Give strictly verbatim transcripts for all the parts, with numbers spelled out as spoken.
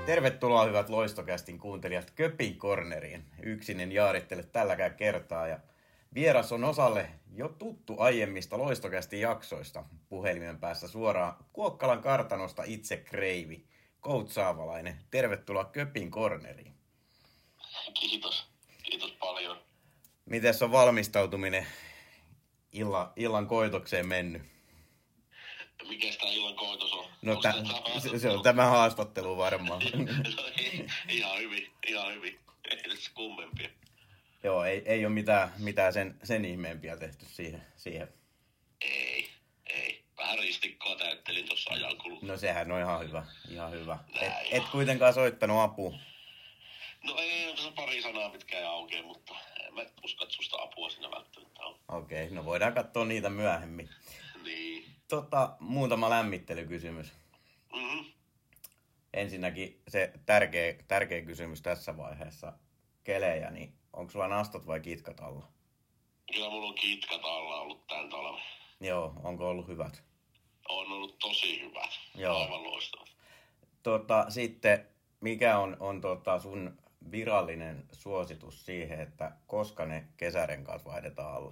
Tervetuloa hyvät Loistokästin kuuntelijat Köpin Corneriin. Yksinen jaarittele tälläkään kertaa ja vieras on osalle jo tuttu aiemmista Loistokästin jaksoista. Puhelimen päässä suoraan Kuokkalan kartanosta itse Kreivi, Coach Saavalainen. Tervetuloa Köpin Corneriin. Kiitos. Kiitos paljon. Mites on valmistautuminen illan, illan koitokseen mennyt? Mikäs tää illan koitos on? No tä, se, se on tämä haastattelu varmaan. Ihan hyvin, ihan hyvin. Ei tässä kummempia. Joo, ei, ei ole mitään, mitään sen, sen ihmeempiä tehty siihen. siihen. Ei, ei. Vähän ristikkoa täyttelin tuossa ajan kulussa. No sehän on ihan hyvä, ihan hyvä. Et, Näin et on. kuitenkaan soittanut apua. No ei ole tässä pari sanaa, mitkä ei aukea, mutta en mä usko, että susta apua siinä välttämättä on. Okei, okay, no voidaan katsoa niitä myöhemmin. Niin. Tota, muutama lämmittelykysymys. Mm-hmm. Ensinnäkin se tärkeä, tärkeä kysymys tässä vaiheessa. Kelejä, niin onko sulla nastat vai kitkat alla? Kyllä mulla on kitkat alla ollut tän talven. Joo, onko ollut hyvät? On ollut tosi hyvät. Joo. Aivan loistavat. Tota, sitten, mikä on, on tota sun virallinen suositus siihen, että koska ne kesärenkaat vaihdetaan alle?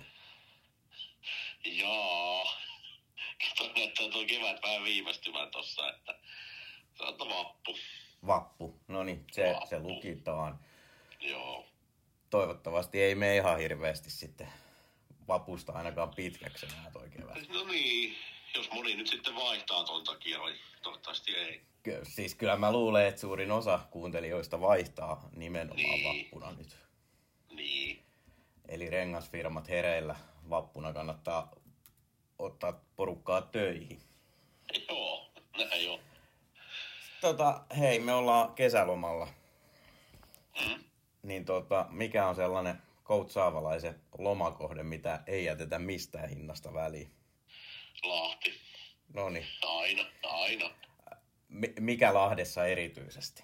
Jaa. Kato, näyttää tuo kevät vähän viivästymään tossa, että se on vappu. Vappu. No niin, se, Vappu. se lukitaan. Joo. Toivottavasti ei mene ihan hirveästi sitten vapusta ainakaan pitkäksi enää toi kevät. No niin, jos moni nyt sitten vaihtaa ton takia, niin toivottavasti ei. Ky- siis kyllä mä luulen, että suurin osa kuuntelijoista vaihtaa nimenomaan Niin. vappuna nyt. Niin. Eli rengasfirmat hereillä. Vappuna kannattaa ottaa porukkaa töihin. Joo, näin on. Tota, hei, me ollaan kesälomalla. Mm? Niin tota, mikä on sellainen Coach Saavalaisen lomakohde, mitä ei jätetä mistään hinnasta väliin? Lahti. Noniin. Aina, aina. Mi- mikä Lahdessa erityisesti?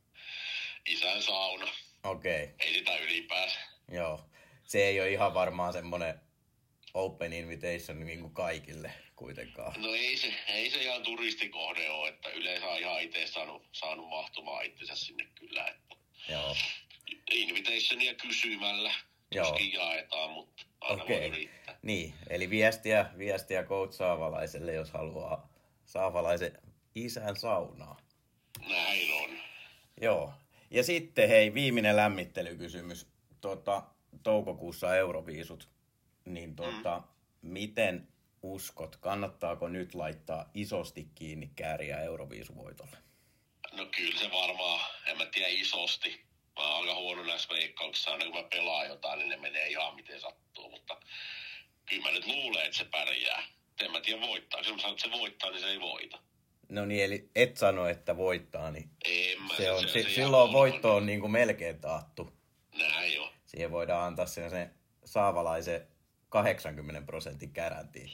Isän sauna. Okei, okay. Ei sitä ylipäänsä. Joo. Se ei ole ihan varmaan semmoinen open invitation niin kuin kaikille kuitenkaan. No ei se, ei se ihan turistikohde ole, että yleensä on ihan itse saanut, saanut mahtumaan itsensä sinne kyllä. Että Joo. invitationia kysymällä Joo. tuskin jaetaan, mutta aina Okei. voi yrittää. Niin, eli viestiä, viestiä Coach Saavalaiselle, jos haluaa Saavalaisen isän saunaa. Näin on. Joo. Ja sitten hei, viimeinen lämmittelykysymys. Tota, toukokuussa Euroviisut. Niin tota, mm. miten uskot, kannattaako nyt laittaa isosti kiinni kääriä Euroviisuvoitolle? No kyllä se varmaan, en mä tiedä isosti. Mä oon aika huono näissä veikkauksissa, aina kun mä pelaan jotain, niin ne menee ihan miten sattuu. Mutta kyllä mä nyt luulen, että se pärjää. En mä tiedä voittaa. Jos mä sanon, että se voittaa, niin se ei voita. No niin, eli et sano, että voittaa, niin En mä, se on, se, se, se silloin on- voitto on niin kuin melkein taattu. Näin on. Siihen voidaan antaa sen, sen Saavalaisen kahdeksankymmentä prosentin kärätiin.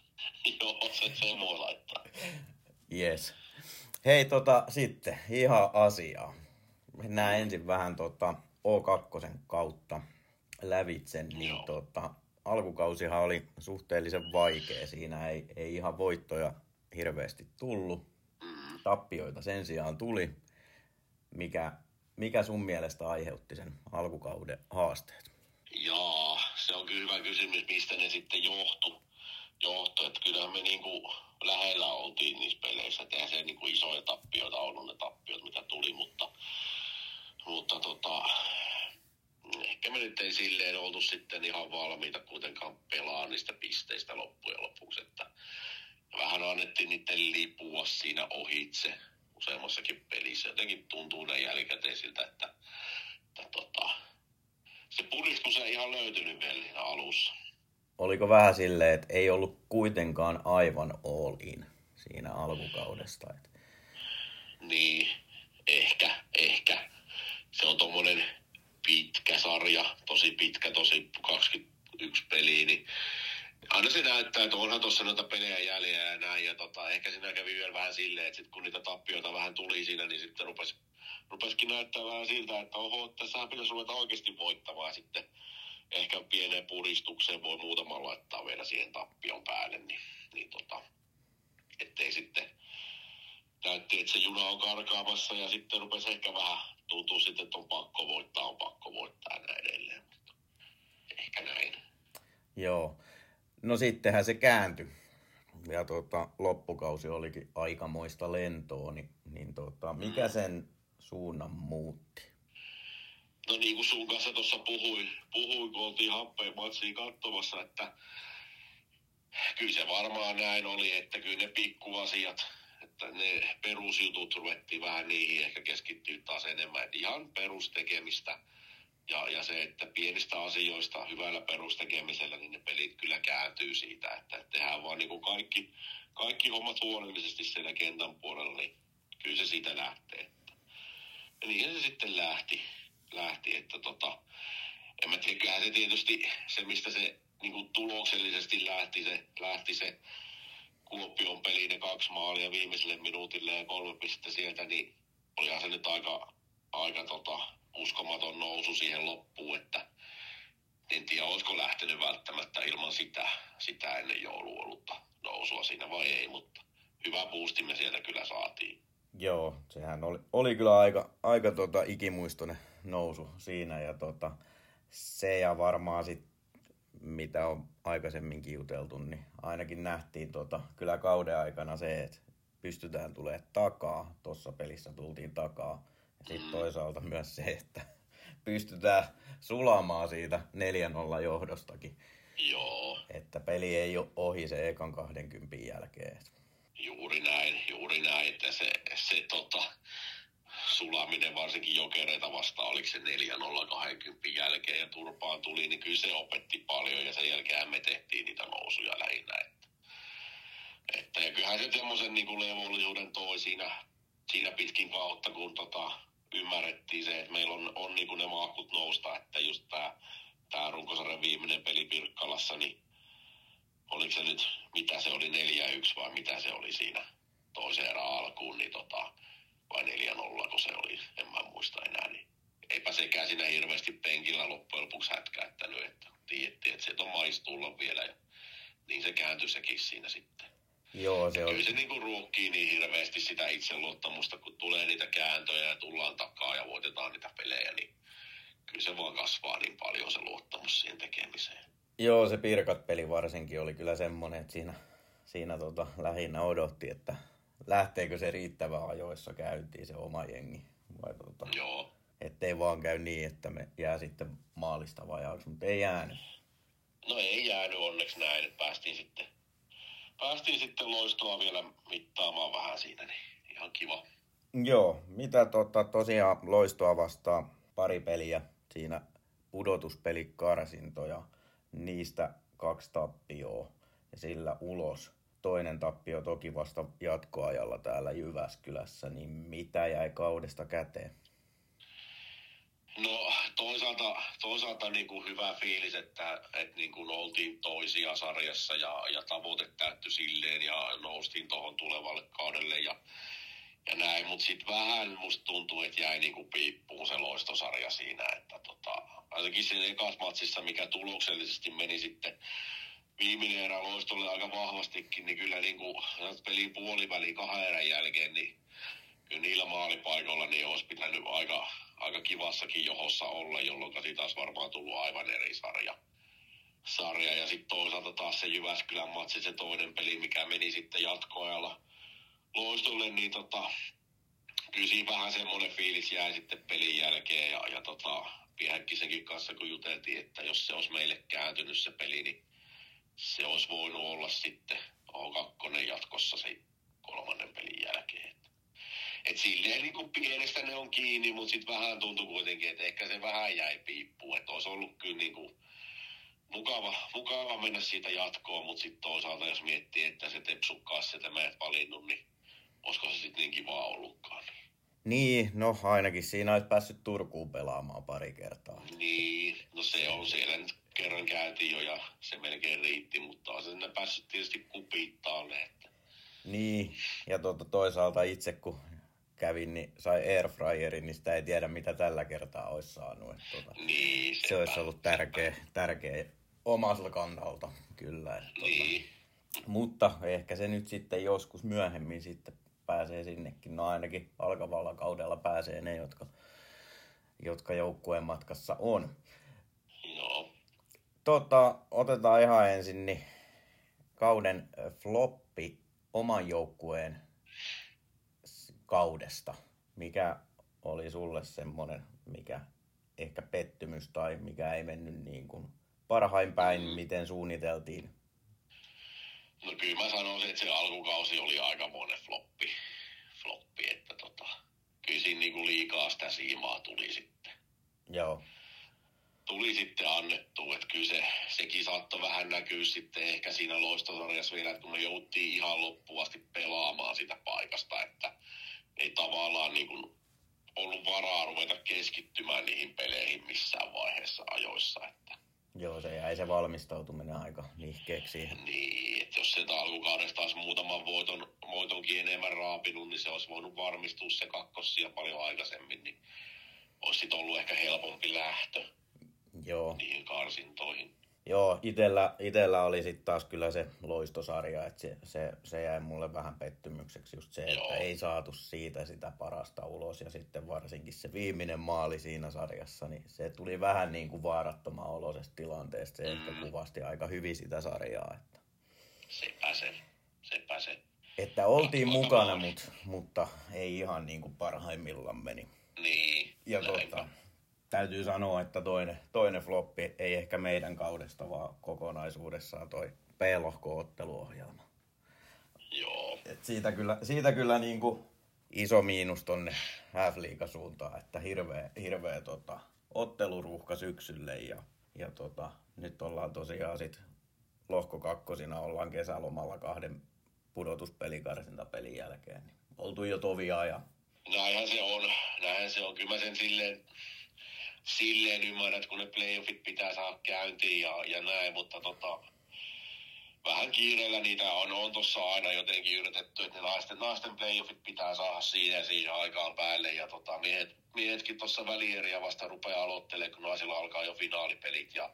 Joo, se, se voi laittaa. Yes. Hei, tota, sitten ihan asiaa. Mennään ensin vähän tota, O kaksi kautta lävitse. Niin, Joo. tota, alkukausihan oli suhteellisen vaikea. Siinä ei, ei ihan voittoja hirveästi tullut. Mm. Tappioita sen sijaan tuli. Mikä, mikä sun mielestä aiheutti sen alkukauden haasteet? Jaa, se on kyllä hyvä kysymys, mistä ne sitten johtu. Johtu, että kyllähän me niinku lähellä oltiin niissä peleissä. Et eihän se niinku isoja tappioita ollut ne tappiot, mitä tuli, mutta, mutta tota, ehkä me nyt ei silleen oltu sitten ihan valmiita kuitenkaan pelaa niistä pisteistä loppujen lopuksi. Että vähän annettiin niiden lipua siinä ohitse useammassakin pelissä. Jotenkin tuntuu näin jälkikäteen siltä, että, että tota, se puristus ei ihan löytynyt vielä siinä alussa. Oliko vähän silleen, että ei ollut kuitenkaan aivan all in siinä alkukaudesta? Et Niin, ehkä, ehkä. Se on tommonen pitkä sarja, tosi pitkä, tosi kaksikymmentäyksi peliä, niin aina se näyttää, että onhan tuossa noita pelejä jäljellä ja näin, ja tota, ehkä siinä kävi vielä vähän silleen, että sit kun niitä tappioita vähän tuli siinä, niin sitten rupesi, rupesikin näyttää vähän siltä, että oho, tässähän pitäisi ruveta oikeasti voittamaan sitten. Ehkä pieneen puristukseen voi muutaman laittaa vielä siihen tappion päälle, niin, niin tota, ettei sitten näytti, että se juna on karkaamassa ja sitten rupesi ehkä vähän tuntuu sitten, että on pakko voittaa, on pakko voittaa ja näin edelleen. Mutta ehkä näin. Joo. No sittenhän se kääntyi. Ja tota, loppukausi olikin aikamoista lentoa, niin, niin tota, mikä sen suunnan muutti? No niin kuin sun kanssa tuossa puhuin, puhuin, kun oltiin happeen matsiin katsomassa, että kyllä se varmaan näin oli, että kyllä ne pikkuasiat, että ne perusjutut ruvettiin vähän niihin ehkä keskittyä taas enemmän, että ihan perustekemistä ja, ja se, että pienistä asioista hyvällä perustekemisellä, niin ne pelit kyllä kääntyy siitä, että tehdään vaan niin kuin kaikki, kaikki hommat huolellisesti siellä kentän puolella, niin kyllä se siitä lähtee. Ja niin se sitten lähti, lähti että tota, en mä tiedä, kyllähän se tietysti se, mistä se niin kuin tuloksellisesti lähti se, lähti se Kuopion peli, ne kaksi maalia viimeiselle minuutille ja kolme pistettä sieltä, niin olihan se nyt aika, aika tota, uskomaton nousu siihen loppuun, että en tiedä, olisiko lähtenyt välttämättä ilman sitä, sitä ennen jouluolutta nousua siinä vai ei, mutta hyvä boosti me sieltä kyllä saatiin. Joo, sehän oli, oli kyllä aika, aika tota, ikimuistoinen nousu siinä ja tota, se ja varmaan sit mitä on aikaisemminkin juteltu, niin ainakin nähtiin tota, kyllä kauden aikana se, että pystytään tulemaan takaa. Tuossa pelissä tultiin takaa. Ja sitten toisaalta myös se, että pystytään sulamaan siitä neljä nolla johdostakin. Joo. Että peli ei ole ohi se ekan kaksikymmentä jälkeen. Juuri näin, juuri näin. Että se, se tota, sulaminen varsinkin Jokereita vastaan, oliko se neljä nolla kaksikymmentä jälkeen ja turpaan tuli, niin kyllä se opetti paljon ja sen jälkeen me tehtiin niitä nousuja lähinnä. Että, että ja kyllähän se semmoisen niin kuin levollisuuden toi siinä, siinä pitkin kautta, kun tota, ymmärrettiin se, että meillä on, on niin kuin ne maakut nousta, että just tämä tää runkosarjan viimeinen peli Pirkkalassa, niin oliko se nyt, mitä se oli, neljä yksi vai mitä se oli siinä toisen erän alkuun, niin tota, vai neljä nolla, kun se oli, en mä muista enää, niin eipä sekään siinä hirveästi penkillä loppujen lopuksi hätkäyttänyt, että tiedettiin, että sieltä on mais tulla vielä, ja niin se kääntyi sekin siinä sitten. Joo, se on. Kyllä se niinku ruokkii niin hirveästi sitä itseluottamusta, kun tulee niitä kääntöjä ja tullaan takaa ja voitetaan niitä pelejä, niin kyllä se vaan kasvaa niin paljon se luottamus siihen tekemiseen. Joo, se Pirkat-peli varsinkin oli kyllä semmoinen, että siinä, siinä tota, lähinnä odotti, että lähteekö se riittävän ajoissa käyntiin se oma jengi. Vai tota, Joo. ettei vaan käy niin, että me jää sitten maalista vajaaksi, mutta ei jäänyt. No ei jäänyt onneksi näin, että päästiin sitten, päästiin sitten loistoa vielä mittaamaan vähän siinä, niin ihan kiva. Joo, mitä tota, tosiaan loistoa vastaan pari peliä siinä pudotuspelikarsintoja, niistä kaksi tappioa ja sillä ulos. Toinen tappio toki vasta jatkoajalla täällä Jyväskylässä, niin mitä jäi kaudesta käteen? No toisaalta, toisaalta niin kuin hyvä fiilis, että, että niin kuin oltiin toisia sarjassa ja, ja tavoite täyttyi silleen ja noustiin tuohon tulevalle kaudelle ja, ja näin. Mutta sitten vähän musta tuntuu, että jäi niin kuin piippuun se loistosarja siinä, että tota, ainakin siinä ekas matsissa, mikä tuloksellisesti meni sitten viimeinen erä loistolle aika vahvastikin, niin kyllä niin kuin pelin puoliväliin kahden erän jälkeen, niin kyllä niillä maalipaikoilla niin olisi pitänyt aika, aika kivassakin johossa olla, jolloin siitä taas varmaan tullut aivan eri sarja. sarja. Ja sitten toisaalta taas se Jyväskylän matsi, se toinen peli, mikä meni sitten jatkoajalla loistolle, niin tota, kyllä siinä vähän semmoinen fiilis jäi sitten pelin jälkeen. Ja, ja tota, Piehäkkisenkin kanssa kun juteltiin, että jos se olisi meille kääntynyt se peli, niin se olisi voinut olla sitten O kaksi jatkossa se kolmannen pelin jälkeen. Et silleen niin kuin pienestä ne on kiinni, mutta sitten vähän tuntui kuitenkin, että ehkä se vähän jäi piippuun. Että olisi ollut kyllä niin kuin mukava, mukava mennä siitä jatkoon, mutta sitten toisaalta jos miettii, että se tepsukkaas sieltä mä et valinnut, niin olisiko se sitten niin kivaa ollutkaan. Niin, no ainakin siinä olisi päässyt Turkuun pelaamaan pari kertaa. Niin, no se on siellä nyt kerran käytiin jo ja se melkein riitti, mutta on se sinne päässyt tietysti kupiittaan. Että... Niin, ja tuota, toisaalta itse kun kävin, niin sai airfryerin, niin sitä ei tiedä mitä tällä kertaa olisi saanut. Että, tuota, niin, se olisi ollut tärkeä, tärkeä omasta kannalta, kyllä. Että, niin. tuota, mutta ehkä se nyt sitten joskus myöhemmin sitten pääsee sinnekin. No ainakin alkavalla kaudella pääsee ne, jotka, jotka joukkueen matkassa on. Joo. Tota, otetaan ihan ensin niin kauden floppi oman joukkueen kaudesta. Mikä oli sulle semmoinen, mikä ehkä pettymys tai mikä ei mennyt niin kuin parhain päin, mm. miten suunniteltiin? No kyllä mä sanoisin, että se alkukausi oli aikamoinen floppi. floppi että tota, kyllä siinä niinku liikaa sitä siimaa tuli sitten. Joo. Tuli sitten annettua, että kyllä se, sekin saattoi vähän näkyä sitten ehkä siinä loistosarjassa vielä, että kun me jouttiin ihan loppuvasti pelaamaan sitä paikasta, että ei tavallaan niin kuin ollut varaa ruveta keskittymään niihin peleihin missään vaiheessa ajoissa. Että Joo, se jäi se valmistautuminen aika nihkeeksi siihen. Niin, että jos sieltä alkukaudesta olisi muutaman voiton, voitonkin enemmän raapinut, niin se olisi voinut varmistua se kakkossia paljon aikaisemmin, niin olisi sitten ollut ehkä helpompi lähtö. Joo. Niihin karsintoihin. Joo, itellä, itellä oli sitten taas kyllä se loistosarja, että se, se, se jäi mulle vähän pettymykseksi just se, Joo. että ei saatu siitä sitä parasta ulos ja sitten varsinkin se viimeinen maali siinä sarjassa, niin se tuli vähän niin kuin vaarattoman oloisesta tilanteesta, se mm. ehkä kuvasti aika hyvin sitä sarjaa. Että sepä se, sepä se. Että oltiin Katsotaan mukana, mut, mutta ei ihan niin kuin parhaimmillaan meni. Niin, ja tota, täytyy sanoa, että toinen, toinen floppi ei ehkä meidän kaudesta, vaan kokonaisuudessaan toi P-lohko-otteluohjelma. Joo. Et siitä kyllä, siitä kyllä niin kuin iso miinus tonne F-liigasuuntaan, että hirveä, hirveä tota, otteluruuhka syksylle ja, ja tota, nyt ollaan tosiaan sit lohko kakkosina, ollaan kesälomalla kahden pudotuspelikarsintapelin jälkeen. Niin oltu jo tovia ja näinhän se on, näinhän se on. Kyllä mä sen silleen, silleen ymmärrän, että kun ne playoffit pitää saada käyntiin ja, ja näin, mutta tota, vähän kiireellä niitä on, on tuossa aina jotenkin yritetty, että ne naisten, naisten playoffit pitää saada siinä ja siihen aikaan päälle. Ja tota, miehet, miehetkin tuossa välieriä vasta rupeaa aloittelemaan, kun naisilla alkaa jo finaalipelit. Ja,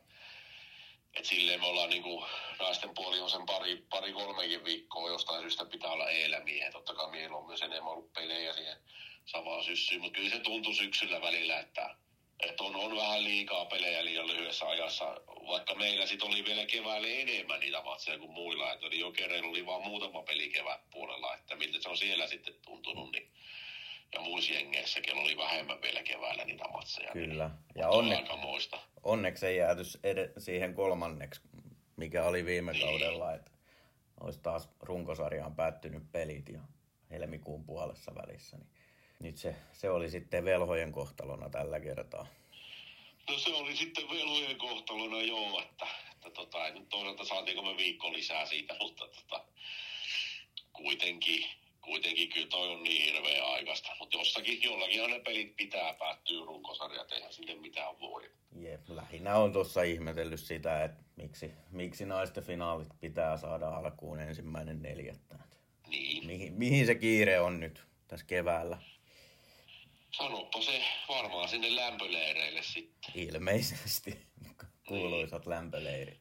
et silleen me ollaan niinku, naisten puoli on sen pari, pari kolmekin viikkoa, jostain syystä pitää olla eellä miehet. Totta kai miehillä on myös enemmän ollut pelejä siihen samaan syssyyn, mutta kyllä se tuntui syksyllä välillä, että, että on, on vähän liikaa pelejä liian lyhyessä ajassa. Vaikka meillä sitten oli vielä keväällä enemmän niitä matseja kuin muilla, että oli Jokereilla oli vaan muutama peli kevätpuolella, että miltä se on siellä sitten tuntunut, niin ja muissa jengeissäkin oli vähemmän vielä keväällä niitä matseja. Kyllä. Niin, ja onne, aikamoista. Onneksi ei jääty ed- siihen kolmanneksi, mikä oli viime niin. kaudella, että olisi taas runkosarjaan päättynyt pelit ja helmikuun puolessa välissä. Niin nyt se, se oli sitten velhojen kohtalona tällä kertaa. No se oli sitten velhojen kohtalona joo, että, että tota, nyt toisaalta saatiinko me viikko lisää siitä, mutta tota, kuitenkin. Kuitenkin kyllä toi on niin hirveä aikaista, mutta jossakin, jollakin ne pelit pitää päättyä runkosarjat, eihän sinne mitään voi. Jep, lähinnä on tuossa ihmetellyt sitä, että miksi, miksi naisten finaalit pitää saada alkuun ensimmäinen neljättä. Niin. Mihin, mihin se kiire on nyt tässä keväällä? Sanoppa se varmaan sinne lämpöleireille sitten. Ilmeisesti, kuuluisat niin. lämpöleirit.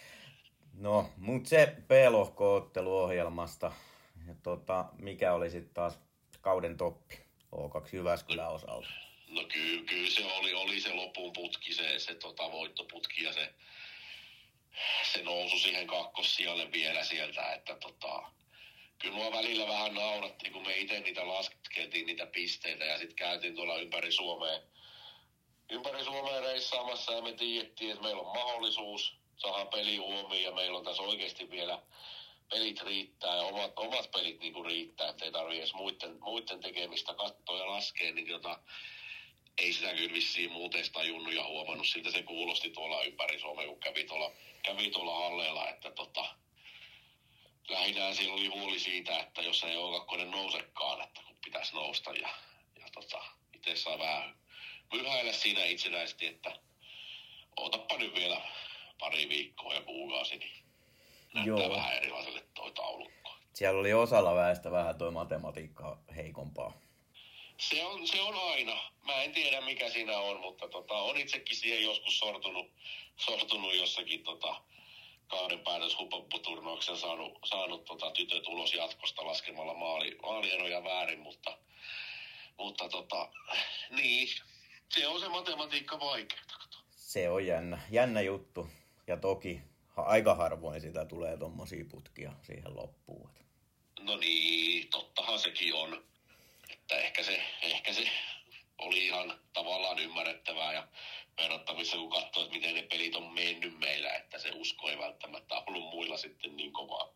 No, mutta se P-lohko-otteluohjelmasta. Ja tota, mikä oli sitten taas kauden toppi O kaksi Jyväskylän osalta? No kyllä, kyllä se oli, oli se lopun putki, se, se tota, voittoputki ja se, se nousu siihen kakkossijalle vielä sieltä, että tota, kyllä mua välillä vähän naurattiin, kun me itse niitä laskeltiin niitä pisteitä ja sitten käytiin tuolla ympäri Suomea, ympäri Suomea reissaamassa ja me tiedettiin, että meillä on mahdollisuus saada peli huomioon ja meillä on tässä oikeasti vielä pelit riittää ja omat, omat pelit niinku riittää, ettei tarvitse edes muiden, muiden tekemistä katsoa ja laskea, niin tota, ei sitä kyllä vissiin muuten tajunnut ja huomannut, siltä se kuulosti tuolla ympäri Suomea, kun kävi tuolla, kävi tuolla halleella, että tota, lähinnä siellä oli huoli siitä, että jos ei O kaksi nousekaan, että kun pitäisi nousta ja, ja tota, itse saa vähän myhäillä siinä itsenäisesti, että ootappa nyt vielä pari viikkoa ja kuukausi, niin näyttää Joo. vähän erilaiselle toi taulukko. Siellä oli osalla väestä vähän toi matematiikka heikompaa. Se on, se on aina. Mä en tiedä mikä siinä on, mutta tota, on itsekin siihen joskus sortunut, sortunut jossakin tota, kauden päätöshupputurnauksen saanut, saanut tota, tytöt ulos jatkosta laskemalla maali, maalieroja väärin, mutta, mutta tota, niin, se on se matematiikka vaikeaa. Se on jännä, jännä juttu. Ja toki aika harvoin sitä tulee tommosia putkia siihen loppuun. No niin, tottahan sekin on. Että ehkä se, ehkä se oli ihan tavallaan ymmärrettävää ja verrattavissa, kun katsoo, että miten ne pelit on mennyt meillä, että se usko ei välttämättä ollut muilla sitten niin kovaa.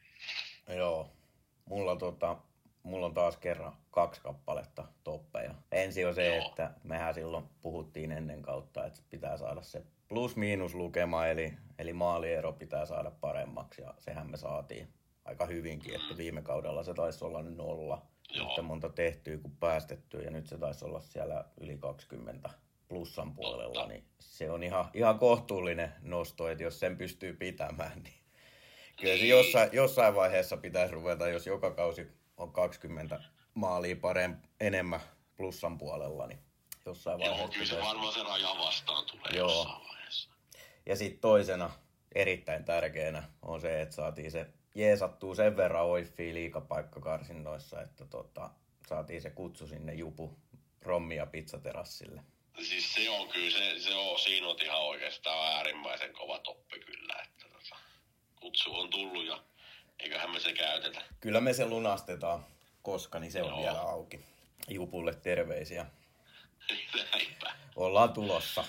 Joo, mulla, tota, mulla on taas kerran kaksi kappaletta toppeja. Ensi on se, Joo. että mehän silloin puhuttiin ennen kautta, että pitää saada se plus-miinus lukema, eli, eli maaliero pitää saada paremmaksi, ja sehän me saatiin aika hyvinkin, että viime kaudella se taisi olla nolla. Yhtä monta tehtyä kuin päästettyä, ja nyt se taisi olla siellä yli kaksikymmentä plussan puolella, niin se on ihan, ihan kohtuullinen nosto, että jos sen pystyy pitämään, niin kyllä se jossain, jossain vaiheessa pitäisi ruveta, jos joka kausi on kaksikymmentä maalia parempi, enemmän plussan puolella, niin jossain vaiheessa Joo, kyllä se pitäisi... varmaan se raja vastaan tulee Joo. jossain vaiheessa. Ja sitten toisena, erittäin tärkeänä, on se, että saatiin se jeesattuu sen verran oiffia liigapaikkakarsinnoissa, että tota, saatiin se kutsu sinne Jupu Rommi- ja pizzaterassille. Siis se on kyllä, se, se on, siinä on ihan oikeastaan äärimmäisen kova toppi kyllä, että tota, kutsu on tullut ja eiköhän me se käytetä. Kyllä me se lunastetaan, koska niin se on Joo. vielä auki. Jupulle terveisiä. Näinpä. Ollaan tulossa.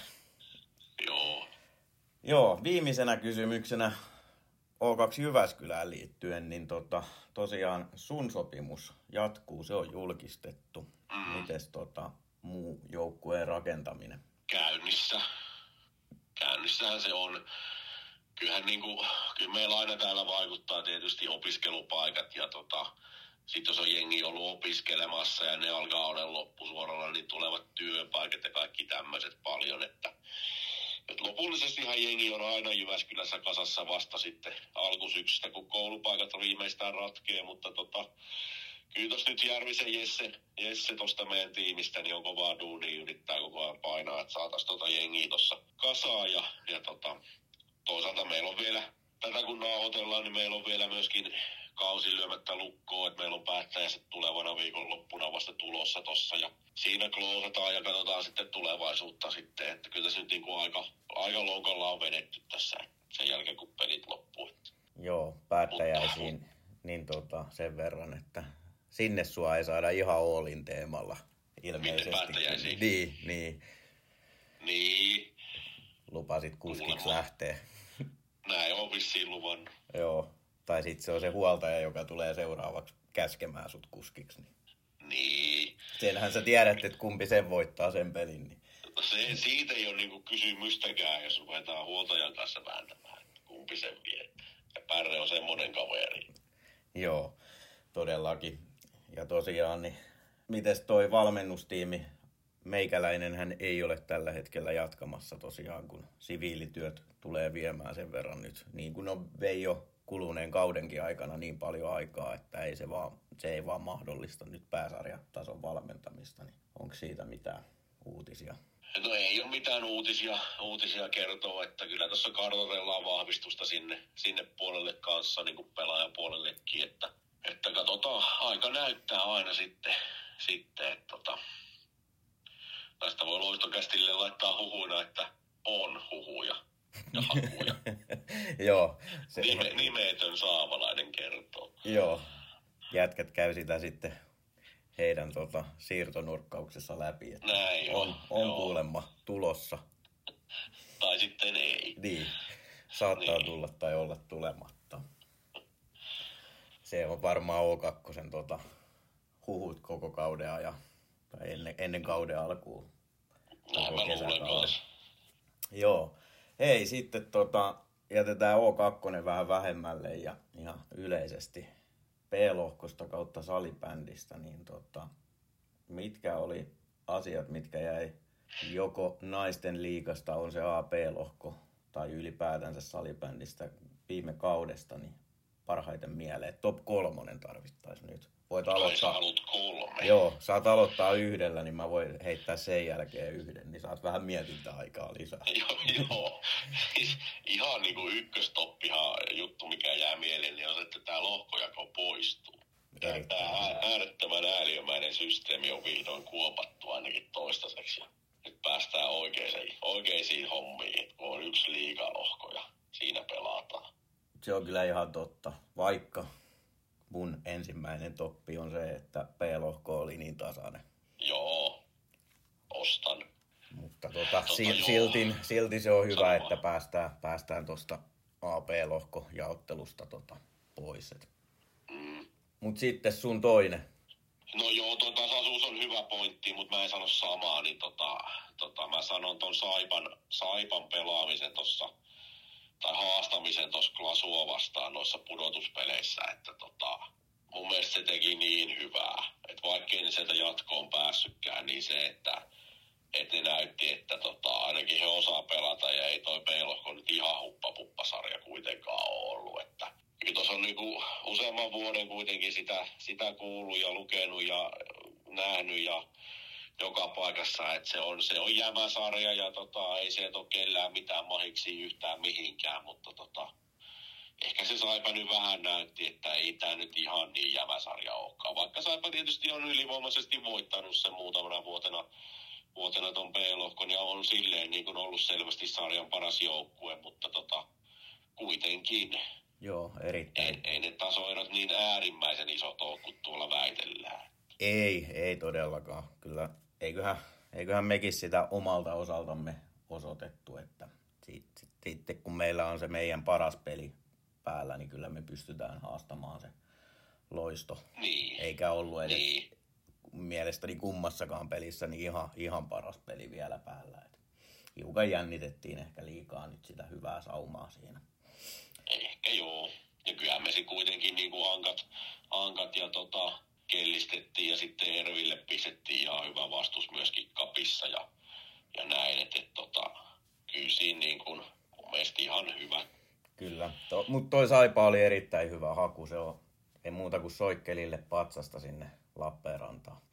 Joo. Joo, viimeisenä kysymyksenä O kaksi Jyväskylään liittyen, niin tota, tosiaan sun sopimus jatkuu, se on julkistettu. Mm. Mites tota, muu joukkueen rakentaminen? Käynnissä. Käynnissähän se on. Kyllähän niinku, kyllä meillä aina täällä vaikuttaa tietysti opiskelupaikat ja tota, sitten jos on jengi ollut opiskelemassa ja ne alkaa olla loppusuoralla, niin tulevat työpaikat ja kaikki tämmöiset paljon, että Et lopullisesti ihan jengi on aina Jyväskylässä kasassa vasta sitten alkusyksystä, kun koulupaikat viimeistään ratkee, mutta tota, kyllä tossa nyt Järvisen Jesse, Jesse tosta meidän tiimistä, niin on kovaa duunia, yrittää koko ajan painaa, että saataisiin tota jengiä tossa kasaan ja, ja tota, toisaalta meillä on vielä, tätä kun nauhoitellaan, niin meillä on vielä myöskin kausi lyömättä lukkoon, että meillä on päättäjäiset tulevana viikonloppuna vasta tulossa tossa ja siinä kloosataan ja katsotaan sitten tulevaisuutta sitten, että kyllä se nyt niin kuin aika, aika loukalla on vedetty tässä sen jälkeen, kun pelit loppuu. Joo, päättäjäisiin Mutta, niin tota, sen verran, että sinne sua ei saada ihan all-in teemalla ilmeisesti. Minne päättäjäisiin? Niin, niin. Niin. Lupasit kuskiksi lähteä. Näin on vissiin luvannut. Joo, tai sitten se on se huoltaja, joka tulee seuraavaksi käskemään sut kuskiksi. Niin. Niin. Siellähän sä tiedät, että kumpi sen voittaa sen pelin. Niin. Se, siitä ei ole niinku kysymystäkään, jos ruvetaan huoltajan kanssa vääntämään, kumpi sen vie. Ja Pärre on semmoinen kaveri. Joo, todellakin. Ja tosiaan, niin mites toi valmennustiimi? Meikäläinenhän ei ole tällä hetkellä jatkamassa tosiaan, kun siviilityöt tulee viemään sen verran nyt. Niin kuin on vei jo kuluneen kaudenkin aikana niin paljon aikaa, että ei se, vaan, se ei vaan mahdollista nyt pääsarjatason valmentamista. Niin onko siitä mitään uutisia? No ei ole mitään uutisia, uutisia kertoa, että kyllä tuossa kartoitellaan vahvistusta sinne, sinne puolelle kanssa, niin kuin pelaajan puolellekin, että, että katsotaan, aika näyttää aina sitten, sitten että tota, tästä voi Loistokästille laittaa huhuina, että on huhuja ja hakuja. Joo. Se... Nime, nimetön saavalainen kertoo. Joo, jätkät käy sitä sitten heidän tota, siirtonurkkauksessa läpi. Että Näin on, jo, on joo. kuulemma tulossa. Tai sitten ei. Niin, saattaa niin. tulla tai olla tulematta. Se on varmaan O kaksi tota, huhut koko kauden ajan. Tai ennen, ennen kauden alkuun. Näin mä luulen kanssa. Joo. Hei, sitten tota, jätetään O kaksi vähän vähemmälle ja ihan yleisesti P-lohkosta kautta salibändistä, niin tota, mitkä oli asiat, mitkä jäi joko naisten liigasta on se A P-lohko tai ylipäätänsä salibändistä viime kaudesta, niin parhaiten mieleen. Top kolmonen tarvittaisiin nyt. Voit aloittaa. Sä haluat kolme. Joo, saat aloittaa yhdellä, niin mä voin heittää sen jälkeen yhden, niin saat vähän mietintäaikaa lisää. Joo, joo. ihan niin kuin ykköstoppihan juttu, mikä jää mieleen, niin on se, että tämä lohkojako poistuu. Tämä äärettömän ääliömäinen systeemi on vihdoin kuopattu ainakin toistaiseksi. Nyt päästään oikeisiin, oikeisiin hommiin, kun on yksi liigalohko ja siinä pelataan. Se on kyllä ihan totta, vaikka mun ensimmäinen toppi on se, että P-lohko oli niin tasainen. Joo, ostan. Mutta tota, tota, silti, silti se on hyvä, Sama. että päästään, päästään tuosta A P-lohkojaottelusta tota pois. Mm. Mut sitten sun toinen. No joo, tuo tasaisuus on hyvä pointti, mutta mä en sano samaa, niin tota, tota, mä sanon ton Saipan, Saipan pelaamisen tossa, tai haastamisen tuossa Glasua vastaan noissa pudotuspeleissä, että tota, mun mielestä se teki niin hyvää, että vaikkei ne sieltä jatkoon päässytkään, niin se, että et ne näytti, että tota, ainakin he osaa pelata ja ei toi P-lohko nyt ihan huppapuppasarja kuitenkaan ole ollut, että kyllä tuossa on niinku useamman vuoden kuitenkin sitä, sitä kuullut ja lukenut ja nähnyt ja joka paikassa, että se on, se on jämäsarja ja tota, ei se ole kellään mitään mahiksi yhtään mihinkään, mutta tota, ehkä se Saipa nyt vähän näytti, että ei tämä nyt ihan niin jämäsarja olekaan, vaikka Saipa tietysti on ylivoimaisesti voittanut sen muutamana vuotena, vuotena ton P-lohkon ja on silleen niin kuin ollut selvästi sarjan paras joukkue, mutta tota, kuitenkin. Joo, erittäin. Ei, ei ne tasoerot niin äärimmäisen isot ole, kun tuolla väitellään. Ei, ei todellakaan. Kyllä, eiköhän, eiköhän mekin sitä omalta osaltamme osoitettu, että sitten kun meillä on se meidän paras peli päällä, niin kyllä me pystytään haastamaan se Loisto. Niin. Eikä ollut edes niin. mielestäni kummassakaan pelissä niin ihan, ihan paras peli vielä päällä. Et hiukan jännitettiin ehkä liikaa nyt sitä hyvää saumaa siinä. Ehkä joo. Ja kyllähän me se kuitenkin niin kuin ankat, ankat ja tota, kellistettiin ja sitten Erville pistettiin ihan hyvä vastus myöskin kapissa ja, ja näin. Että et, tota, kyllä siinä niin kuin, mun mielestä ihan hyvä. Kyllä, to, mutta toi Saipa oli erittäin hyvä haku. Se on ei muuta kuin Soikkelille patsasta sinne Lappeenrantaan.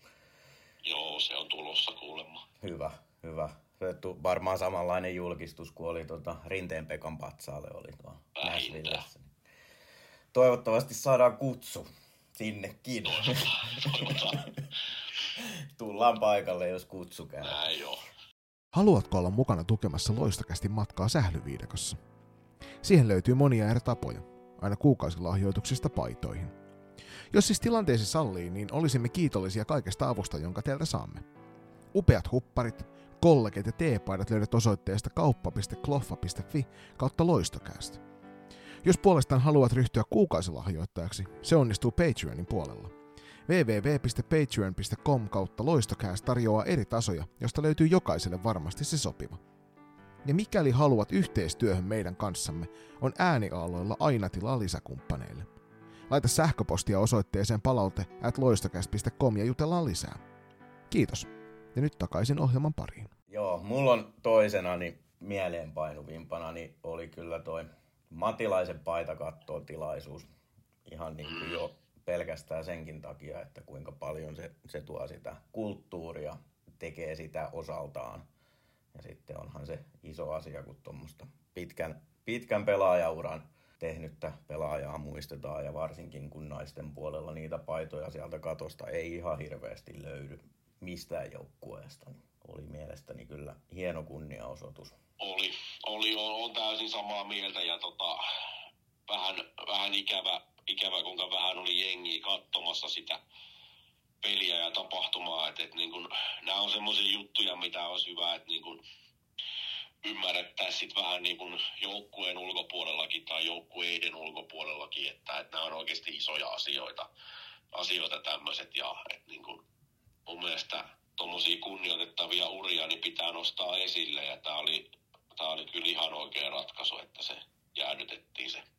Joo, se on tulossa kuulemma. Hyvä, hyvä. Se varmaan samanlainen julkistus kuin oli tuota Rinteen Pekan patsaalle oli tuo Nashvillessä. Toivottavasti saadaan kutsu sinnekin. Toivotaan. Tullaan paikalle, jos kutsu käy. Näin joo. Haluatko olla mukana tukemassa Loistokästin matkaa sählyviidakossa? Siihen löytyy monia eri tapoja, aina kuukausilahjoituksista paitoihin. Jos siis tilanteesi sallii, niin olisimme kiitollisia kaikesta avusta, jonka teiltä saamme. Upeat hupparit, kollegit ja teepaidat löydät osoitteesta kauppa piste kloffa piste fi kautta loistocast. Jos puolestaan haluat ryhtyä kuukausilahjoittajaksi, se onnistuu Patreonin puolella. www piste patreon piste com kautta loistocast tarjoaa eri tasoja, josta löytyy jokaiselle varmasti se sopiva. Ja mikäli haluat yhteistyöhön meidän kanssamme, on ääniaaloilla aina tilaa lisäkumppaneille. Laita sähköpostia osoitteeseen palaute at loistocast piste com ja jutellaan lisää. Kiitos. Ja nyt takaisin ohjelman pariin. Joo, mulla on toisena niin mieleenpainuvimpana niin oli kyllä toi Matilaisen paitakattoon tilaisuus. Ihan niin kuin jo pelkästään senkin takia, että kuinka paljon se, se tuo sitä kulttuuria, tekee sitä osaltaan. Ja sitten onhan se iso asia, kun tuommoista pitkän, pitkän pelaajauran tehnyttä pelaajaa muistetaan. Ja varsinkin kun naisten puolella niitä paitoja sieltä katosta ei ihan hirveästi löydy mistään joukkueesta. Niin oli mielestäni kyllä hieno kunniaosoitus. Oli, oli on, on täysin samaa mieltä ja tota, vähän, vähän ikävä, ikävä, kuinka vähän oli jengiä katsomassa sitä peliä ja tapahtumaa. Että et, niin kun, nämä on semmoisia juttuja, mitä olisi hyvä, että niin kun ymmärrettäisiin sit vähän niin kun joukkueen ulkopuolellakin tai joukkueiden ulkopuolellakin, että et nämä on oikeasti isoja asioita, asioita tämmöiset. Ja et, niin kun, mun mielestä tuommoisia kunnioitettavia uria niin pitää nostaa esille ja tämä oli, tää oli kyllä ihan oikea ratkaisu, että se jäädytettiin se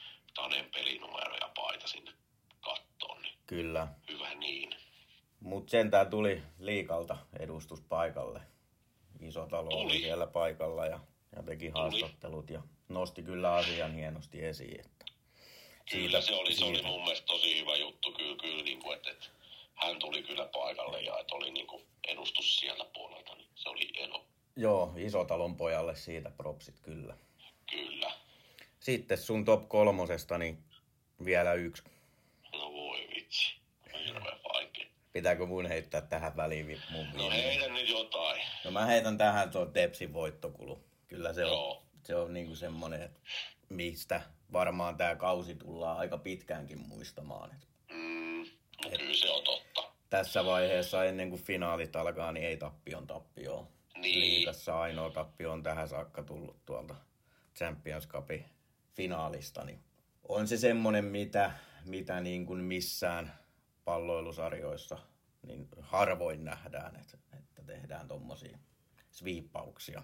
Tanen pelinumero ja paita sinne kattoon. Niin kyllä. Hyvä niin. Mutta sentään tuli liikalta edustus paikalle. Iso talo tuli. Oli siellä paikalla ja, ja teki tuli. haastattelut ja nosti kyllä asian hienosti esiin. Että kyllä siitä, se, oli, siitä. se oli mun mielestä tosi hyvä juttu kyllä, kyllä niin kuin, että, että hän tuli kyllä paikalle ja että oli niin kuin edustus sieltä puolelta, niin se oli eno. Joo, Isotalon pojalle siitä propsit kyllä. Kyllä. Sitten sun top kolmosesta, niin vielä yksi. No voi vitsi. On hirveän vaikea. Pitääkö mun heittää tähän väliin mun No heitä nyt jotain. No mä heitän tähän tuon Tepsin voittokulu. Kyllä se Joo. on, se on niinku semmonen, että mistä varmaan tää kausi tullaan aika pitkäänkin muistamaan. Et Mm, no kyllä se on totta. tässä vaiheessa ennen kuin finaalit alkaa, niin ei tappion tappioon. Niin. Liigassa ainoa tappio on tähän saakka tullut tuolta Champions Cupin finaalista. Niin on se semmonen, mitä, mitä niin kuin missään palloilusarjoissa niin harvoin nähdään, että, että tehdään tommosia sviippauksia.